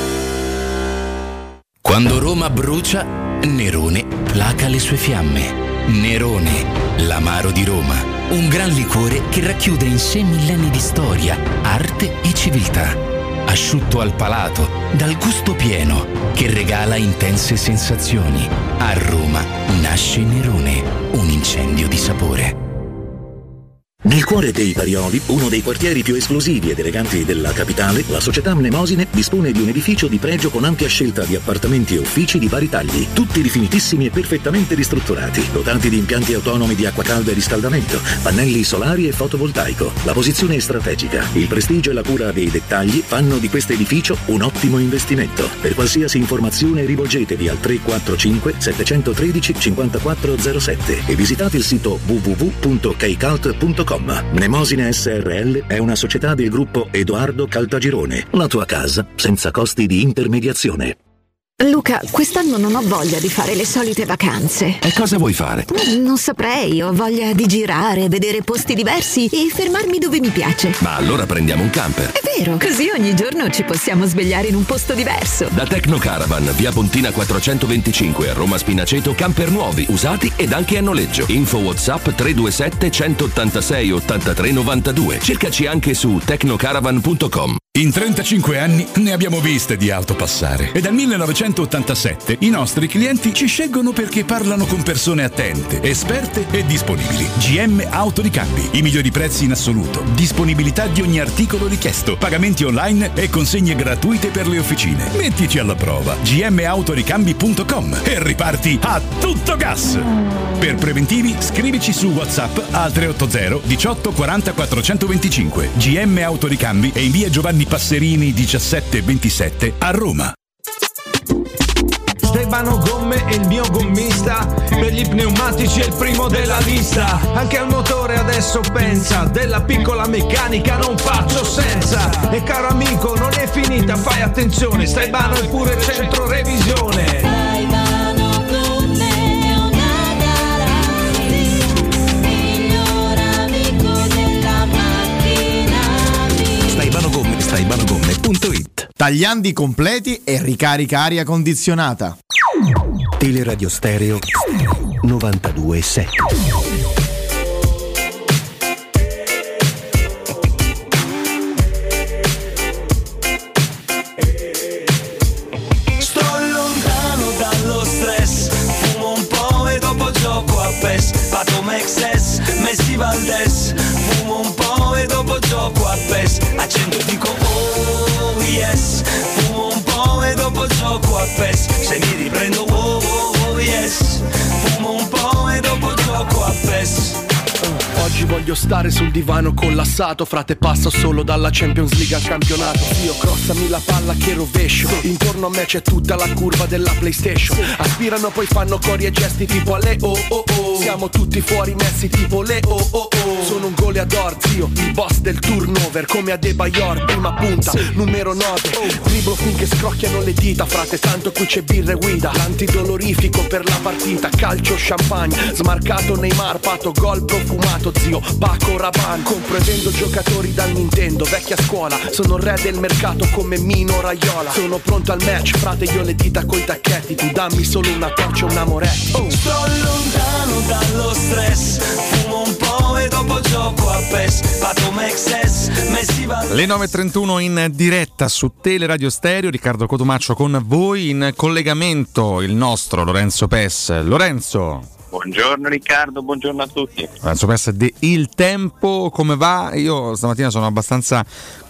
Quando Roma brucia, Nerone placa le sue fiamme. Nerone, l'amaro di Roma, un gran liquore che racchiude in sé millenni di storia, arte e civiltà. Asciutto al palato, dal gusto pieno, che regala intense sensazioni. A Roma nasce Nerone, un incendio di sapore. Nel cuore dei Parioli, uno dei quartieri più esclusivi ed eleganti della capitale, la società Mnemosine dispone di un edificio di pregio con ampia scelta di appartamenti e uffici di vari tagli, tutti rifinitissimi e perfettamente ristrutturati, dotati di impianti autonomi di acqua calda e riscaldamento, pannelli solari e fotovoltaico. La posizione è strategica, il prestigio e la cura dei dettagli fanno di questo edificio un ottimo investimento. Per qualsiasi informazione rivolgetevi al tre quattro cinque sette uno tre cinque zero sette e visitate il sito w w w punto keycult punto com. Mnemosine S R L è una società del gruppo Edoardo Caltagirone. La tua casa senza costi di intermediazione. Luca, quest'anno non ho voglia di fare le solite vacanze. E cosa vuoi fare? Non saprei, ho voglia di girare, vedere posti diversi e fermarmi dove mi piace. Ma allora prendiamo un camper. È vero, così ogni giorno ci possiamo svegliare in un posto diverso. Da Tecno Caravan, via Pontina quattrocentoventicinque a Roma Spinaceto, camper nuovi, usati ed anche a noleggio. Info WhatsApp tre due sette uno otto sei ottantatré novantadue. Cercaci anche su tecnocaravan punto com. In trentacinque anni ne abbiamo viste di auto passare e dal millenovecentottantasette i nostri clienti ci scelgono perché parlano con persone attente, esperte e disponibili. G M Autoricambi, i migliori prezzi in assoluto, disponibilità di ogni articolo richiesto, pagamenti online e consegne gratuite per le officine. Mettiti alla prova g m autoricambi punto com e riparti a tutto gas. Per preventivi scrivici su WhatsApp al tre otto zero diciotto quaranta quattrocentoventicinque. G M Autoricambi e in via Giovanni Passerini diciassette ventisette a Roma. Stefano Gomme è il mio gommista, per gli pneumatici è il primo della lista. Anche al motore adesso pensa, della piccola meccanica non faccio senza. E caro amico non è finita, fai attenzione, Stefano è pure centro revisione. Staibanogomme punto it. Tagliandi completi e ricarica aria condizionata. Teleradio Stereo novantadue virgola sette. Excess, Messi Valdes, fumo un po' e dopo gioco a P E S, accendo e dico oh yes, fumo un po' e dopo gioco a P E S, se mi riprendo oh oh oh yes, fumo un po' e dopo gioco a P E S. Oggi voglio stare sul divano collassato, frate passo solo dalla Champions League al campionato. Io crossami la palla che rovescio, intorno a me c'è tutta la curva della PlayStation. Aspirano poi fanno cori e gesti tipo alle oh oh oh. Siamo tutti fuori messi tipo le oh oh oh. Sono un goleador zio, il boss del turnover come Adebayor, prima punta, numero nove. Driblo finché scrocchiano le dita, frate tanto qui c'è birra e guida. L'antidolorifico per la partita, calcio champagne, smarcato Neymar, pato gol profumato zio, Paco Rabanne. Compro e vendo giocatori dal Nintendo, vecchia scuola, sono il re del mercato come Mino Raiola. Sono pronto al match, frate io le dita coi tacchetti, tu dammi solo una torcia e una Moretti. Oh. Sto lontano dallo stress, fumo un po' e dopo gioco a P E S, Pato Excess, Messi Valdes. Le nove e trentuno in diretta su Teleradio Stereo, Riccardo Cotumaccio con voi, in collegamento il nostro Lorenzo Pes. Lorenzo. Buongiorno Riccardo, buongiorno a tutti. Lorenzo Pes di Il Tempo, come va? Io stamattina sono abbastanza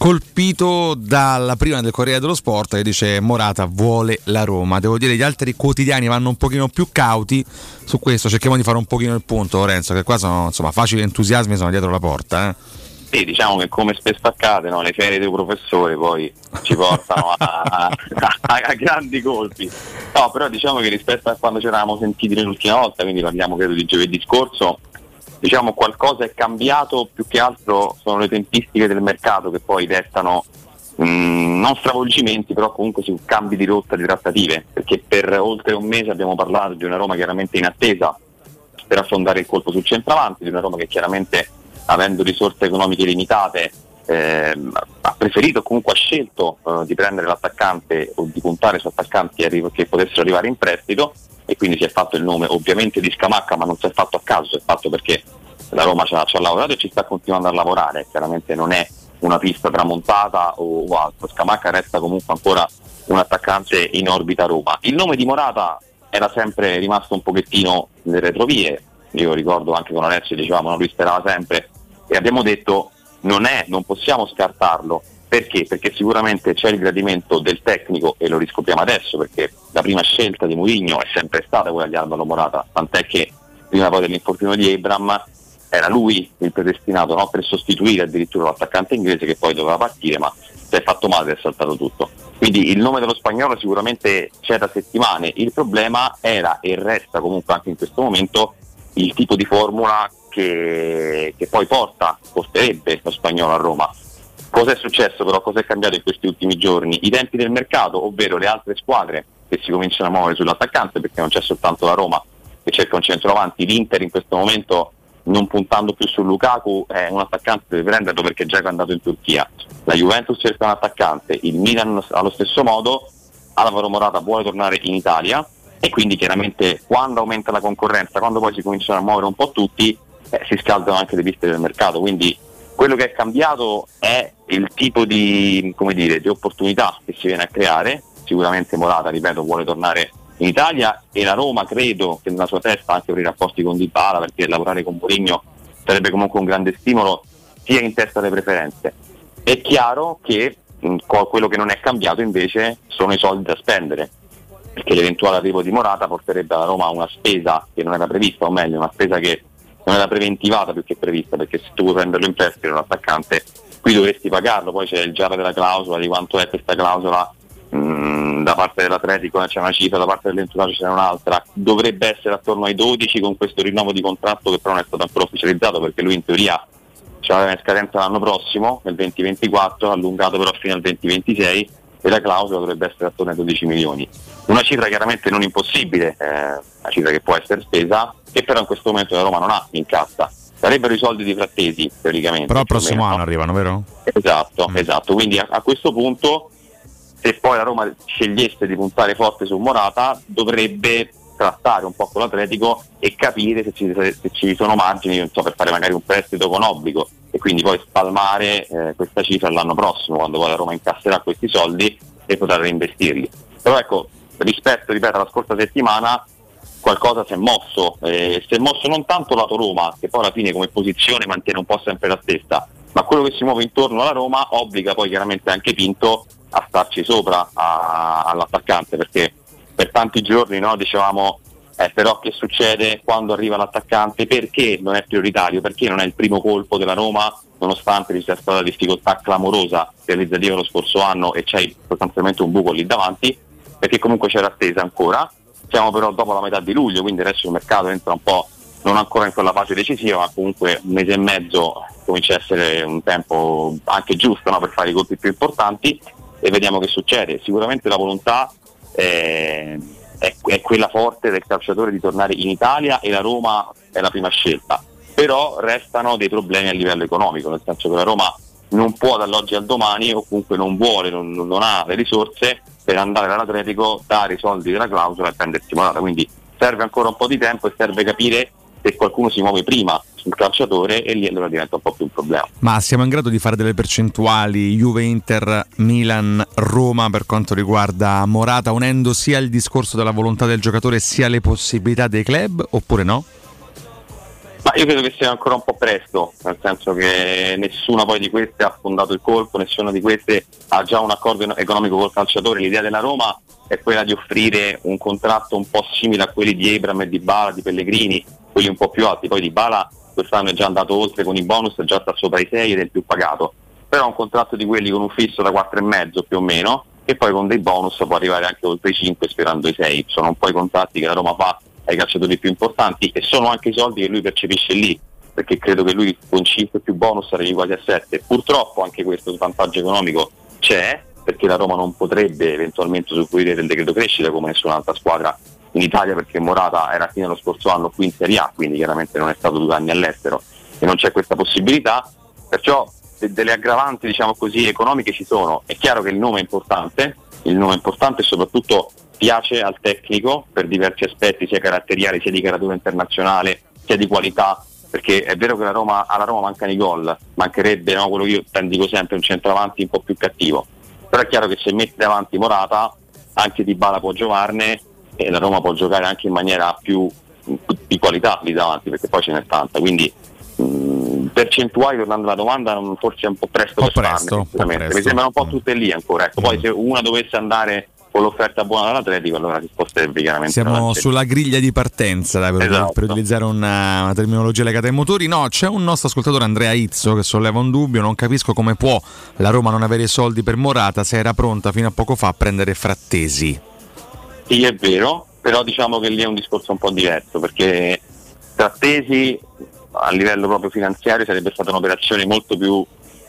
colpito dalla prima del Corriere dello Sport che dice Morata vuole la Roma. Devo dire gli altri quotidiani vanno un pochino più cauti su questo, cerchiamo di fare un pochino il punto, Lorenzo, che qua sono insomma facili entusiasmi, sono dietro la porta, eh. Sì, diciamo che come spesso accade, no? Le ferie dei professori poi ci portano a, a, a, a grandi colpi. No, però diciamo che rispetto a quando ci eravamo sentiti l'ultima volta, quindi parliamo credo di giovedì scorso, diciamo qualcosa è cambiato, più che altro sono le tempistiche del mercato che poi dettano mh, non stravolgimenti, però comunque su cambi di rotta di trattative, perché per oltre un mese abbiamo parlato di una Roma chiaramente in attesa per affrontare il colpo sul centravanti, di una Roma che chiaramente avendo risorse economiche limitate eh, ha preferito, comunque ha scelto eh, di prendere l'attaccante o di puntare su attaccanti che potessero arrivare in prestito, e quindi si è fatto il nome ovviamente di Scamacca, ma non si è fatto a caso, si è fatto perché la Roma ci ha, ci ha lavorato e ci sta continuando a lavorare. Chiaramente non è una pista tramontata o, o altro, Scamacca resta comunque ancora un attaccante in orbita Roma. Il nome di Morata era sempre rimasto un pochettino nelle retrovie, io ricordo anche con Alessio dicevamo non lui sperava sempre, e abbiamo detto non è, non possiamo scartarlo. Perché? Perché sicuramente c'è il gradimento del tecnico e lo riscopriamo adesso, perché la prima scelta di Mourinho è sempre stata quella di Alvaro Morata, tant'è che prima poi dell'infortunio di Abraham era lui il predestinato, no? Per sostituire addirittura l'attaccante inglese che poi doveva partire, ma si è fatto male, è saltato tutto. Quindi il nome dello spagnolo sicuramente c'è da settimane, il problema era e resta comunque anche in questo momento il tipo di formula che, che poi porta, porterebbe lo spagnolo a Roma. Cosa è successo però, cosa è cambiato in questi ultimi giorni? I tempi del mercato, ovvero le altre squadre che si cominciano a muovere sull'attaccante, perché non c'è soltanto la Roma che cerca un centroavanti, l'Inter in questo momento non puntando più su Lukaku è un attaccante, deve prenderlo perché già è andato in Turchia, la Juventus cerca un attaccante, il Milan allo stesso modo, Alvaro Morata vuole tornare in Italia e quindi chiaramente quando aumenta la concorrenza, quando poi si cominciano a muovere un po' tutti, eh, si scaldano anche le piste del mercato, quindi Quello che è cambiato è il tipo di, come dire, di opportunità che si viene a creare. Sicuramente Morata, ripeto, vuole tornare in Italia, e la Roma credo che nella sua testa, anche per i rapporti con Dybala, perché lavorare con Mourinho sarebbe comunque un grande stimolo, sia in testa alle preferenze. È chiaro che mh, quello che non è cambiato invece sono i soldi da spendere, perché l'eventuale arrivo di Morata porterebbe alla Roma a una spesa che non era prevista, o meglio una spesa che non era preventivata più che prevista, perché se tu vuoi prenderlo in prestito un attaccante qui dovresti pagarlo. Poi c'è il giallo della clausola, di quanto è questa clausola mh, da parte dell'Atletico c'è una cifra, da parte dell'entourage c'è un'altra, dovrebbe essere attorno ai dodici con questo rinnovo di contratto che però non è stato ancora ufficializzato, perché lui in teoria c'era in scadenza l'anno prossimo, nel venti ventiquattro, allungato però fino al venti ventisei, e la clausola dovrebbe essere attorno ai dodici milioni. Una cifra chiaramente non impossibile, eh, una cifra che può essere spesa, che però in questo momento la Roma non ha in cassa. Sarebbero i soldi di Frattesi, teoricamente. Però il prossimo meno, anno no? arrivano, vero? Esatto, Mm. esatto. Quindi a, a questo punto, se poi la Roma scegliesse di puntare forte su Morata, dovrebbe trattare un po' con l'Atletico e capire se ci, se ci sono margini, non so, per fare magari un prestito con obbligo, e quindi poi spalmare eh, questa cifra l'anno prossimo, quando poi la Roma incasserà questi soldi, e poter reinvestirli. Però ecco, rispetto, ripeto, alla scorsa settimana qualcosa si è mosso, eh, si è mosso non tanto lato Roma, che poi alla fine come posizione mantiene un po' sempre la stessa, ma quello che si muove intorno alla Roma obbliga poi chiaramente anche Pinto a starci sopra a, all'attaccante, perché per tanti giorni, no, dicevamo eh, però che succede quando arriva l'attaccante, perché non è prioritario, perché non è il primo colpo della Roma, nonostante ci sia stata una difficoltà clamorosa realizzativa lo scorso anno e c'è sostanzialmente un buco lì davanti, perché comunque c'era attesa ancora. Siamo però dopo la metà di luglio, quindi adesso il mercato entra un po', non ancora in quella fase decisiva, ma comunque un mese e mezzo comincia a essere un tempo anche giusto, no, per fare i colpi più importanti, e vediamo che succede. Sicuramente la volontà è, è, è quella forte del calciatore di tornare in Italia, e la Roma è la prima scelta, però restano dei problemi a livello economico, nel senso che la Roma non può dall'oggi al domani, o comunque non vuole, non, non ha le risorse per andare all'Atletico, dare i soldi della clausola e prendersi Morata. Quindi serve ancora un po' di tempo e serve capire se qualcuno si muove prima sul calciatore, e lì allora diventa un po' più un problema. Ma siamo in grado di fare delle percentuali Juve, Inter, Milan, Roma per quanto riguarda Morata, unendo sia il discorso della volontà del giocatore sia le possibilità dei club, oppure no? Ma io credo che sia ancora un po' presto, nel senso che nessuna poi di queste ha fondato il colpo, nessuna di queste ha già un accordo economico col calciatore. L'idea della Roma è quella di offrire un contratto un po' simile a quelli di Ebram e Dybala, di Pellegrini, quelli un po' più alti. Poi Dybala quest'anno è già andato oltre con i bonus, già sta sopra i sei ed è il più pagato, però un contratto di quelli con un fisso da quattro e mezzo più o meno, e poi con dei bonus può arrivare anche oltre i cinque, sperando i sei. Sono un po' i contratti che la Roma fa ai calciatori più importanti, e sono anche i soldi che lui percepisce lì, perché credo che lui con cinque più bonus arrivi quasi a sette. Purtroppo anche questo svantaggio economico c'è, perché la Roma non potrebbe eventualmente usufruire del decreto crescita come nessun'altra squadra in Italia, perché Morata era fino allo scorso anno qui in Serie A, quindi chiaramente non è stato due anni all'estero e non c'è questa possibilità. Perciò de- delle aggravanti, diciamo così, economiche ci sono. È chiaro che il nome è importante, il nome è importante e soprattutto piace al tecnico per diversi aspetti, sia caratteriali, sia di caratura internazionale, sia di qualità, perché è vero che la Roma, alla Roma mancano i gol, mancherebbe, no, quello che io dico sempre, un centravanti un po' più cattivo, però è chiaro che se metti davanti Morata anche Dybala può giocarne, e la Roma può giocare anche in maniera più di qualità lì davanti, perché poi ce n'è tanta. Quindi mh, percentuali, tornando alla domanda, non, forse è un po' presto, po' per presto, farne, po' presto. mi sembrano un po' tutte lì ancora, ecco. Mm. Poi se una dovesse andare con l'offerta buona dall'Atletico, allora la risposta è chiaramente Siamo no. sulla griglia di partenza, dai, per, Esatto. per utilizzare una, una terminologia legata ai motori. No, c'è un nostro ascoltatore, Andrea Izzo, che solleva un dubbio: non capisco come può la Roma non avere soldi per Morata se era pronta fino a poco fa a prendere Frattesi. Sì, è vero, però diciamo che lì è un discorso un po' diverso, perché Frattesi a livello proprio finanziario sarebbe stata un'operazione molto più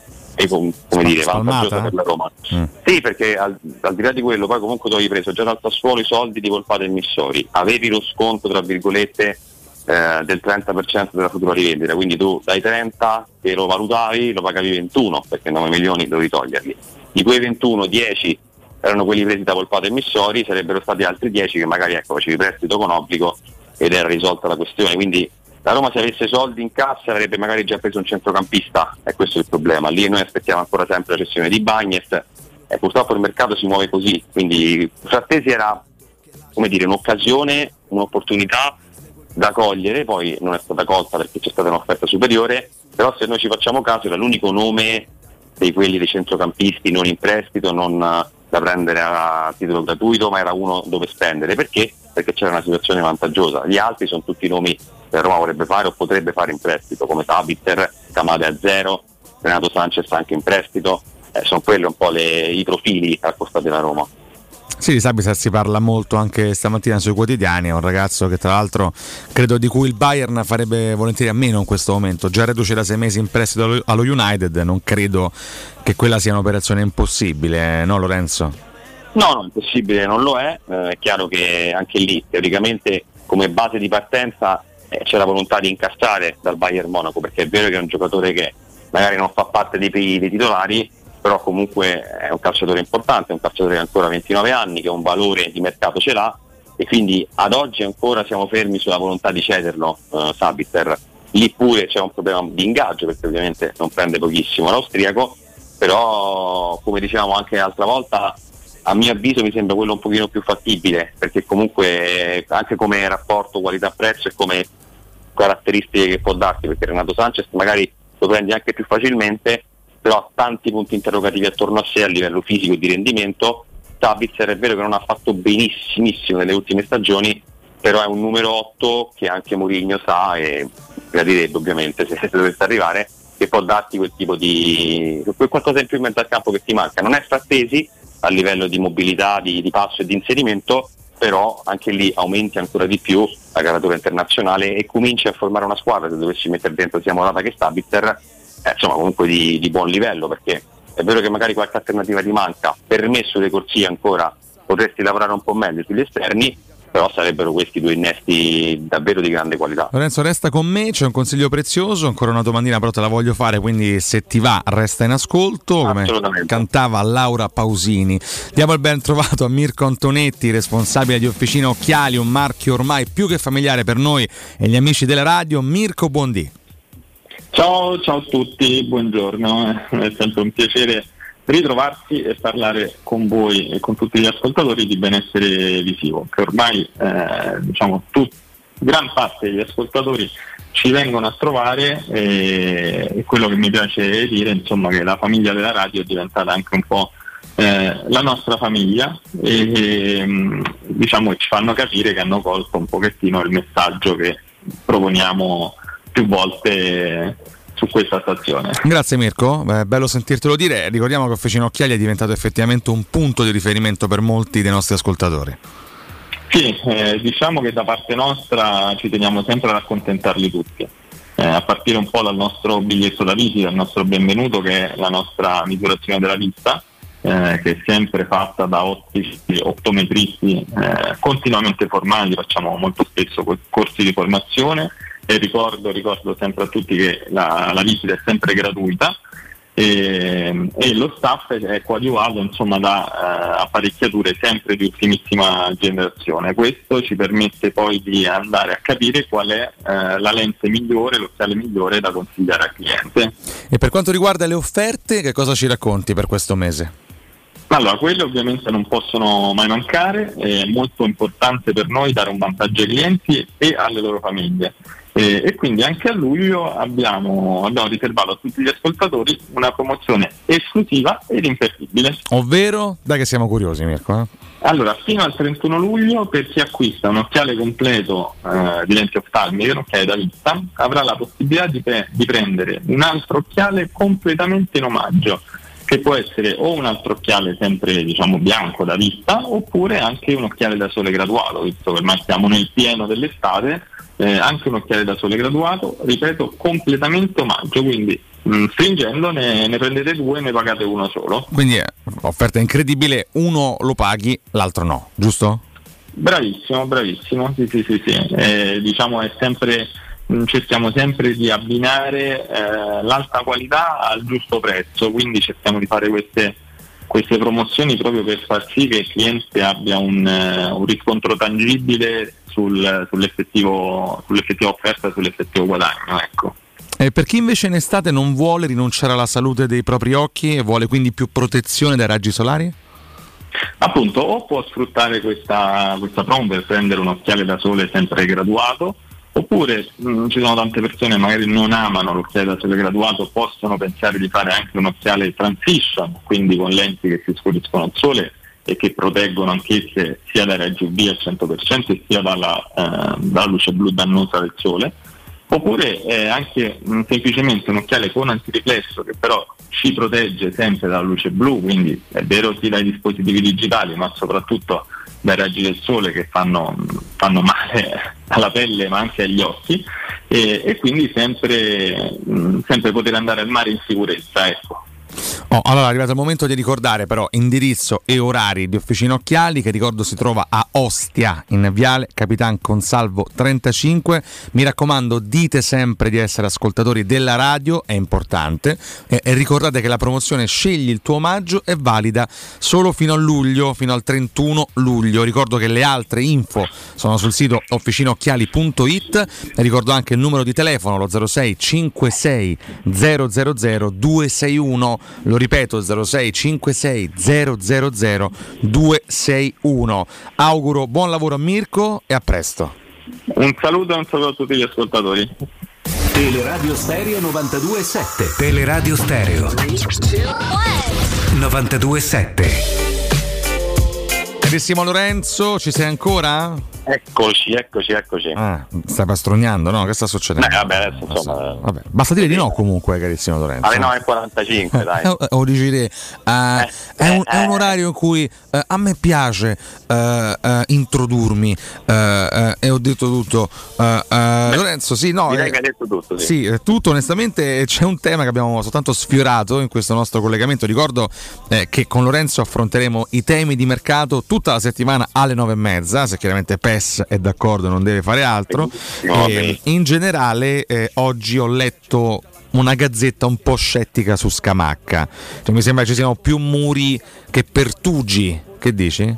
e com- come dire, vantaggiosa per la Roma. Mm. Sì, perché al, al di là di quello poi comunque tu avevi preso già dal Sassuolo i soldi di Volpato e Missori, avevi lo sconto tra virgolette eh, del trenta per cento della futura rivendita, quindi tu dai trenta che lo valutavi lo pagavi ventuno, perché nove milioni dovevi toglierli. Di quei ventuno, dieci erano quelli presi da Volpato e Missori, sarebbero stati altri dieci che magari, ecco, facevi prestito con obbligo ed era risolta la questione. Quindi la Roma, se avesse soldi in cassa, avrebbe magari già preso un centrocampista, e questo è il problema. Lì noi aspettiamo ancora sempre la cessione di Bagnez, e purtroppo il mercato si muove così, quindi Frattesi era, come dire, un'occasione, un'opportunità da cogliere, poi non è stata colta perché c'è stata un'offerta superiore, però se noi ci facciamo caso era l'unico nome dei quelli dei centrocampisti non in prestito, non da prendere a titolo gratuito, ma era uno dove spendere. Perché? Perché c'era una situazione vantaggiosa. Gli altri sono tutti nomi che Roma vorrebbe fare o potrebbe fare in prestito, come Sabitzer, Camade a zero, Renato Sanchez anche in prestito, eh, sono quelli un po' le, i profili al costato della Roma. Sì, di Sabitzer si parla molto anche stamattina sui quotidiani, è un ragazzo che tra l'altro credo di cui il Bayern farebbe volentieri a meno in questo momento, già reduce da sei mesi in prestito allo, allo United, non credo che quella sia un'operazione impossibile, no Lorenzo? No, no, impossibile non lo è, eh, è chiaro che anche lì teoricamente come base di partenza eh, c'è la volontà di incassare dal Bayern Monaco, perché è vero che è un giocatore che magari non fa parte dei, dei titolari, però comunque è un calciatore importante, è un calciatore che ha ancora ventinove anni, che un valore di mercato ce l'ha, e quindi ad oggi ancora siamo fermi sulla volontà di cederlo, uh, Sabitzer. Lì pure c'è un problema di ingaggio, perché ovviamente non prende pochissimo l'austriaco, però come dicevamo anche l'altra volta, a mio avviso mi sembra quello un pochino più fattibile, perché comunque anche come rapporto qualità-prezzo e come caratteristiche che può darti, perché Renato Sanchez magari lo prendi anche più facilmente, però ha tanti punti interrogativi attorno a sé a livello fisico e di rendimento. Sabitzer è vero che non ha fatto benissimissimo nelle ultime stagioni, però è un numero otto che anche Mourinho sa, e gradirebbe ovviamente se, se dovesse arrivare, che può darti quel tipo di quel qualcosa in più in mezzo al campo che ti manca. Non è Frattesi a livello di mobilità, di, di passo e di inserimento, però anche lì aumenti ancora di più la caratura internazionale e cominci a formare una squadra, se dovessi mettere dentro sia Morata che Sabitzer, eh, insomma comunque di, di buon livello, perché è vero che magari qualche alternativa ti manca, per me sulle corsie ancora potresti lavorare un po' meglio sugli esterni, però sarebbero questi due innesti davvero di grande qualità. Lorenzo, resta con me, c'è un consiglio prezioso, ancora una domandina però te la voglio fare, quindi se ti va resta in ascolto, come cantava Laura Pausini. Diamo il ben trovato a Mirko Antonetti, responsabile di Officina Occhiali, un marchio ormai più che familiare per noi e gli amici della radio. Mirko, buondì. Ciao, ciao a tutti, buongiorno, è sempre un piacere ritrovarsi e parlare con voi e con tutti gli ascoltatori di benessere visivo, che ormai eh, diciamo tut, gran parte degli ascoltatori ci vengono a trovare, e, e quello che mi piace dire insomma che la famiglia della radio è diventata anche un po' eh, la nostra famiglia, e, e diciamo ci fanno capire che hanno colto un pochettino il messaggio che proponiamo più volte su questa stazione. Grazie Mirko, eh, bello sentirtelo dire. Ricordiamo che Officina Occhiali è diventato effettivamente un punto di riferimento per molti dei nostri ascoltatori. Sì, eh, diciamo che da parte nostra ci teniamo sempre ad accontentarli tutti, eh, a partire un po' dal nostro biglietto da visita, il nostro benvenuto, che è la nostra misurazione della vista, eh, che è sempre fatta da ottici, optometristi eh, continuamente formati, facciamo molto spesso corsi di formazione. E ricordo, ricordo sempre a tutti che la, la visita è sempre gratuita, e, e lo staff è coadiuvato insomma da uh, apparecchiature sempre di ultimissima generazione. Questo ci permette poi di andare a capire qual è uh, la lente migliore, l'occhiale migliore da consigliare al cliente. E per quanto riguarda le offerte, che cosa ci racconti per questo mese? Allora, quelle ovviamente non possono mai mancare, è molto importante per noi dare un vantaggio ai clienti e alle loro famiglie. E, e quindi anche a luglio abbiamo, abbiamo riservato a tutti gli ascoltatori una promozione esclusiva ed imperdibile. Ovvero? Dai che siamo curiosi, Mirko. Eh? Allora, fino al trentuno luglio, per chi acquista un occhiale completo eh, di lenti oftalmiche, un occhiale da vista, avrà la possibilità di, pre- di prendere un altro occhiale completamente in omaggio, che può essere o un altro occhiale sempre diciamo bianco da vista, oppure anche un occhiale da sole graduato, visto che ormai siamo nel pieno dell'estate. Eh, anche un occhiale da sole graduato, ripeto, completamente omaggio, quindi mh, stringendo ne, ne prendete due e ne pagate uno solo. Quindi è offerta incredibile, uno lo paghi, l'altro no, giusto? Bravissimo, bravissimo, sì sì sì, sì. Eh, diciamo è sempre, mh, cerchiamo sempre di abbinare eh, l'alta qualità al giusto prezzo, quindi cerchiamo di fare queste queste promozioni proprio per far sì che il cliente abbia un, uh, un riscontro tangibile sul, sull'effettivo, sull'effettiva offerta e sull'effettivo guadagno, ecco. E per chi invece in estate non vuole rinunciare alla salute dei propri occhi e vuole quindi più protezione dai raggi solari? Appunto, o può sfruttare questa, questa promo per prendere un occhiale da sole sempre graduato, oppure mh, ci sono tante persone che magari non amano l'occhiale da sole graduato, possono pensare di fare anche un occhiale transition, quindi con lenti che si scuriscono al sole e che proteggono anch'esse sia dai raggi U V al cento per cento sia dalla, eh, dalla luce blu dannosa del sole, oppure eh, anche mh, semplicemente un occhiale con antiriflesso che però ci protegge sempre dalla luce blu, quindi è vero sì dai dispositivi digitali ma soprattutto dai raggi del sole che fanno, fanno male alla pelle ma anche agli occhi, e, e quindi sempre, mh, sempre poter andare al mare in sicurezza, ecco. Oh, allora è arrivato il momento di ricordare però indirizzo e orari di Officina Occhiali, che ricordo si trova a Ostia in Viale Capitan Consalvo trentacinque. Mi raccomando, dite sempre di essere ascoltatori della radio, è importante, e, e ricordate che la promozione Scegli il tuo omaggio è valida solo fino a luglio, fino al trentuno luglio. Ricordo che le altre info sono sul sito officinaocchiali punto it e ricordo anche il numero di telefono, lo zero sei cinquantasei zero zero zero due sei uno. Lo ripeto, zero sei cinquantasei zero zero zero due sei uno. Auguro buon lavoro a Mirko e a presto. Un saluto e un saluto a tutti gli ascoltatori. Teleradio Stereo novantadue virgola sette. Teleradio Stereo novantadue virgola sette. Carissimo Lorenzo, ci sei ancora? Eccoci, eccoci, eccoci. Ah, stai pastronnando, no? Che sta succedendo? Beh, vabbè, adesso insomma. Vabbè, basta dire di no comunque, carissimo Lorenzo. Alle nove e quarantacinque, dai. O, o dici te, uh, eh, è, un, è un orario in cui uh, a me piace uh, uh, introdurmi uh, uh, e ho detto tutto. Uh, uh, Lorenzo, sì, no. Direi che hai detto tutto, sì. Sì, tutto, onestamente c'è un tema che abbiamo soltanto sfiorato in questo nostro collegamento. Ricordo eh, che con Lorenzo affronteremo i temi di mercato tutta la settimana alle nove e mezza, se chiaramente P E S è d'accordo, non deve fare altro. No, e, in generale eh, oggi ho letto una gazzetta un po' scettica su Scamacca, cioè, mi sembra ci siano più muri che pertugi. Che dici?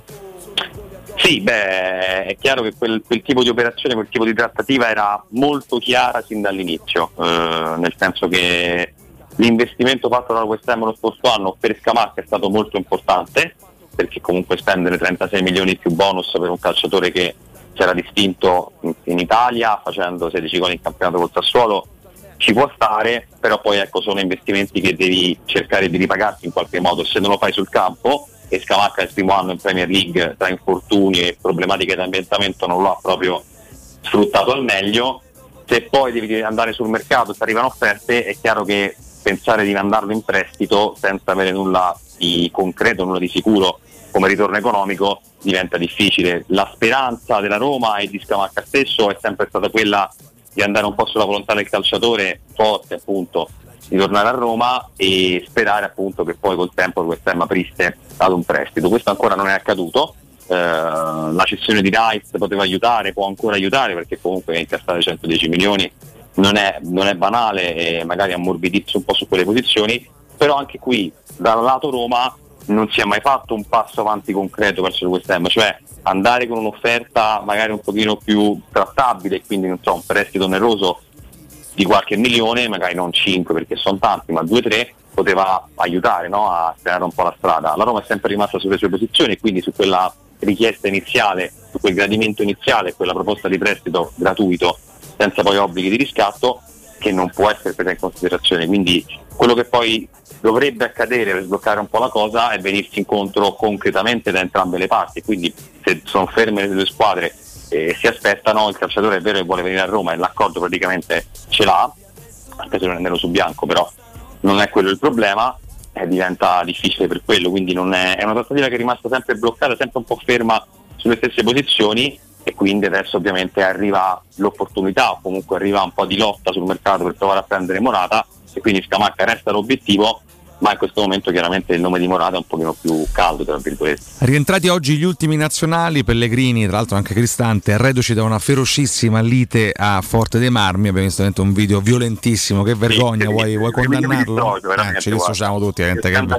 Sì, beh, è chiaro che quel, quel tipo di operazione, quel tipo di trattativa era molto chiara sin dall'inizio, eh, nel senso che l'investimento fatto dalla West Ham lo scorso anno per Scamacca è stato molto importante, perché comunque spendere trentasei milioni più bonus per un calciatore che si era distinto in, in Italia facendo sedici gol in campionato col Sassuolo ci può stare, però poi ecco sono investimenti che devi cercare di ripagarti in qualche modo. Se non lo fai sul campo, e Scamacca il primo anno in Premier League tra infortuni e problematiche di ambientamento non lo ha proprio sfruttato al meglio, se poi devi andare sul mercato e ti arrivano offerte, è chiaro che pensare di mandarlo in prestito senza avere nulla di concreto, nulla di sicuro come ritorno economico diventa difficile. La speranza della Roma e di Scamacca stesso è sempre stata quella di andare un po' sulla volontà del calciatore forte, appunto, di tornare a Roma e sperare appunto che poi col tempo West Ham aprisse ad un prestito. Questo ancora non è accaduto. Eh, la cessione di Rice poteva aiutare, può ancora aiutare, perché comunque incassare centodieci milioni non è, non è banale e magari ammorbidirsi un po' su quelle posizioni, però anche qui dal lato Roma non si è mai fatto un passo avanti concreto verso il West Ham, cioè andare con un'offerta magari un pochino più trattabile, quindi non so, un prestito oneroso di qualche milione, magari non cinque perché sono tanti, ma due tre, poteva aiutare, no, a spiegare un po' la strada. La Roma è sempre rimasta sulle sue posizioni, quindi su quella richiesta iniziale, su quel gradimento iniziale, quella proposta di prestito gratuito senza poi obblighi di riscatto, che non può essere presa in considerazione. Quindi quello che poi dovrebbe accadere per sbloccare un po' la cosa è venirsi incontro concretamente da entrambe le parti, quindi se sono ferme le due squadre e si aspettano, il calciatore è vero che vuole venire a Roma e l'accordo praticamente ce l'ha, anche se non è nero su bianco, però non è quello il problema, eh, diventa difficile per quello, quindi non è, è una trattativa che è rimasta sempre bloccata, sempre un po' ferma sulle stesse posizioni, e quindi adesso ovviamente arriva l'opportunità, o comunque arriva un po' di lotta sul mercato per provare a prendere Morata, e quindi Scamacca resta l'obiettivo, ma in questo momento chiaramente il nome di Morata è un pochino più caldo, tra virgolette. Rientrati oggi gli ultimi nazionali, Pellegrini, tra l'altro anche Cristante, reduci da una ferocissima lite a Forte dei Marmi. Abbiamo visto un video violentissimo, che vergogna, sì, vuoi, sì, vuoi condannarlo? Eh, ci dissociamo tutti, che,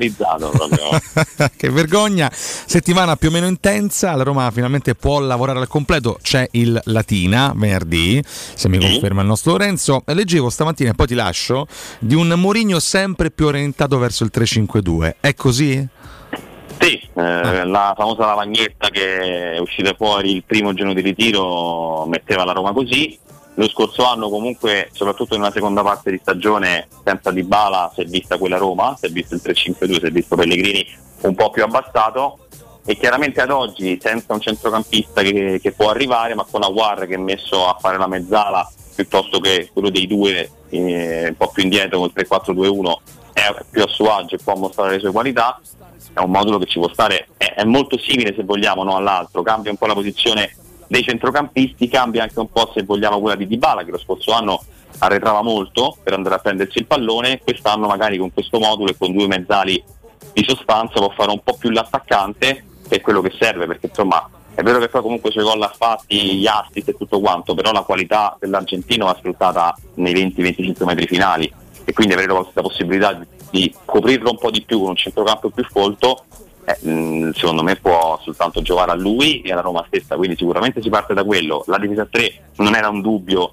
che vergogna. Settimana più o meno intensa, la Roma finalmente può lavorare al completo, c'è il Latina venerdì, se mi conferma il nostro Lorenzo. Leggevo stamattina, e poi ti lascio, di un Mourinho sempre più orientato verso il tre cinque due, è così? Sì, eh, ah. la famosa lavagnetta che è uscita fuori il primo giorno di ritiro metteva la Roma così. Lo scorso anno comunque, soprattutto in una seconda parte di stagione, senza Dybala si è vista quella Roma, si è visto il tre cinque due, si è visto Pellegrini un po' più abbassato, e chiaramente ad oggi senza un centrocampista che, che può arrivare, ma con Aouar che è messo a fare la mezzala piuttosto che quello dei due eh, un po' più indietro col tre quattro due uno, è più a suo agio e può mostrare le sue qualità. È un modulo che ci può stare, è, è molto simile se vogliamo no, all'altro, cambia un po' la posizione dei centrocampisti, cambia anche un po' se vogliamo quella di Dybala, che lo scorso anno arretrava molto per andare a prendersi il pallone, quest'anno magari con questo modulo e con due mezzali di sostanza può fare un po' più l'attaccante, che è quello che serve, perché insomma è vero che poi comunque sui gol ha fatti, gli assist e tutto quanto, però la qualità dell'argentino va sfruttata nei venti venticinque metri finali, e quindi avere la possibilità di, di coprirlo un po' di più con un centrocampo più folto, eh, mh, secondo me può soltanto giocare a lui e alla Roma stessa, quindi sicuramente si parte da quello. La difesa a tre non era un dubbio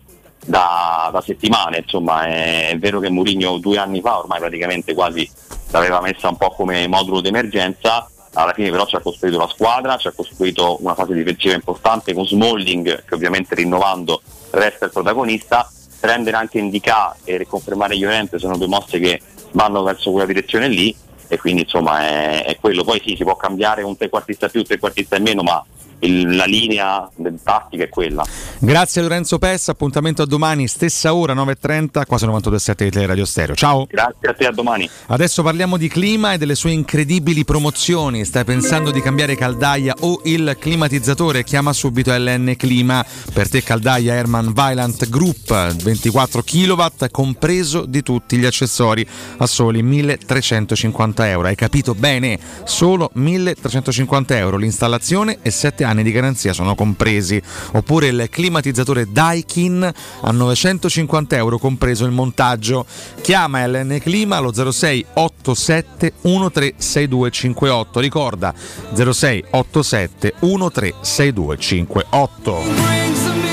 da, da settimane, insomma è, è vero che Mourinho due anni fa ormai praticamente quasi l'aveva messa un po' come modulo d'emergenza, alla fine però ci ha costruito la squadra, ci ha costruito una fase difensiva importante con Smalling che ovviamente rinnovando resta il protagonista. Prendere anche Ndicà e riconfermare Llorente sono due mosse che vanno verso quella direzione lì, e quindi insomma è, è quello. Poi sì, si può cambiare un trequartista più, un trequartista in meno, ma il, la linea del tattica è quella. Grazie Lorenzo Pessa, appuntamento a domani, stessa ora, nove e trenta, quasi novantadue virgola sette di Teleradio Stereo. Ciao. Grazie a te, a domani. Adesso parliamo di clima e delle sue incredibili promozioni. Stai pensando di cambiare caldaia o il climatizzatore? Chiama subito L N Clima. Per te caldaia Herman Weiland Group ventiquattro chilowatt, compreso di tutti gli accessori, a soli milletrecentocinquanta euro. Hai capito bene? Solo milletrecentocinquanta euro l'installazione e sette anni di garanzia sono compresi. Oppure il climatizzatore Daikin a novecentocinquanta euro compreso il montaggio. Chiama L N Clima allo zero sei otto sette uno tre sei due cinque otto. Ricorda zero sei otto sette uno tre sei due cinque otto.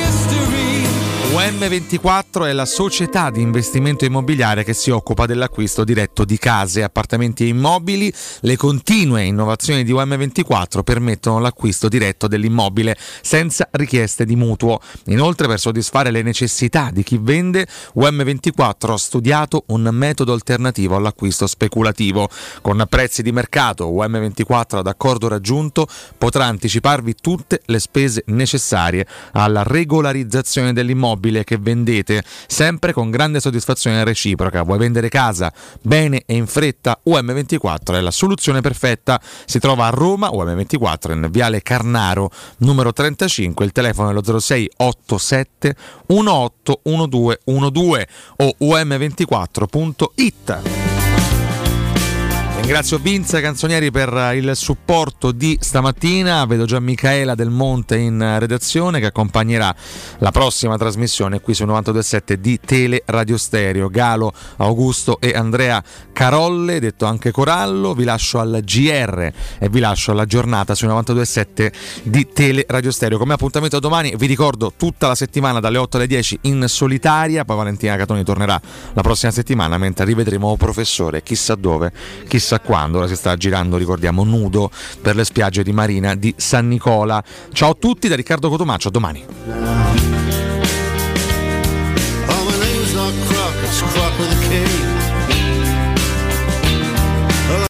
U M ventiquattro è la società di investimento immobiliare che si occupa dell'acquisto diretto di case, appartamenti e immobili. Le continue innovazioni di U M ventiquattro permettono l'acquisto diretto dell'immobile senza richieste di mutuo. Inoltre, per soddisfare le necessità di chi vende, U M ventiquattro ha studiato un metodo alternativo all'acquisto speculativo. Con prezzi di mercato, U M ventiquattro ad accordo raggiunto potrà anticiparvi tutte le spese necessarie alla regolarizzazione dell'immobile che vendete, sempre con grande soddisfazione reciproca. Vuoi vendere casa bene e in fretta? U M ventiquattro è la soluzione perfetta. Si trova a Roma, U M ventiquattro in Viale Carnaro numero trentacinque, il telefono è lo zero sei otto sette uno otto uno due uno due o u m ventiquattro punto it. Ringrazio Vince Canzonieri per il supporto di stamattina. Vedo già Michaela Del Monte in redazione che accompagnerà la prossima trasmissione qui su novantadue virgola sette di Tele Radio Stereo. Galo, Augusto e Andrea Carolle, detto anche Corallo. Vi lascio al G R e vi lascio alla giornata su novantadue virgola sette di Tele Radio Stereo. Come appuntamento a domani, vi ricordo tutta la settimana dalle otto alle dieci in solitaria, poi Valentina Catoni tornerà la prossima settimana, mentre rivedremo Professore chissà dove, chissà quando. Ora si sta girando, ricordiamo, nudo per le spiagge di Marina di San Nicola. Ciao a tutti da Riccardo Cotomaccio, a domani. Oh, my name's not Croc, it's Croc with a K.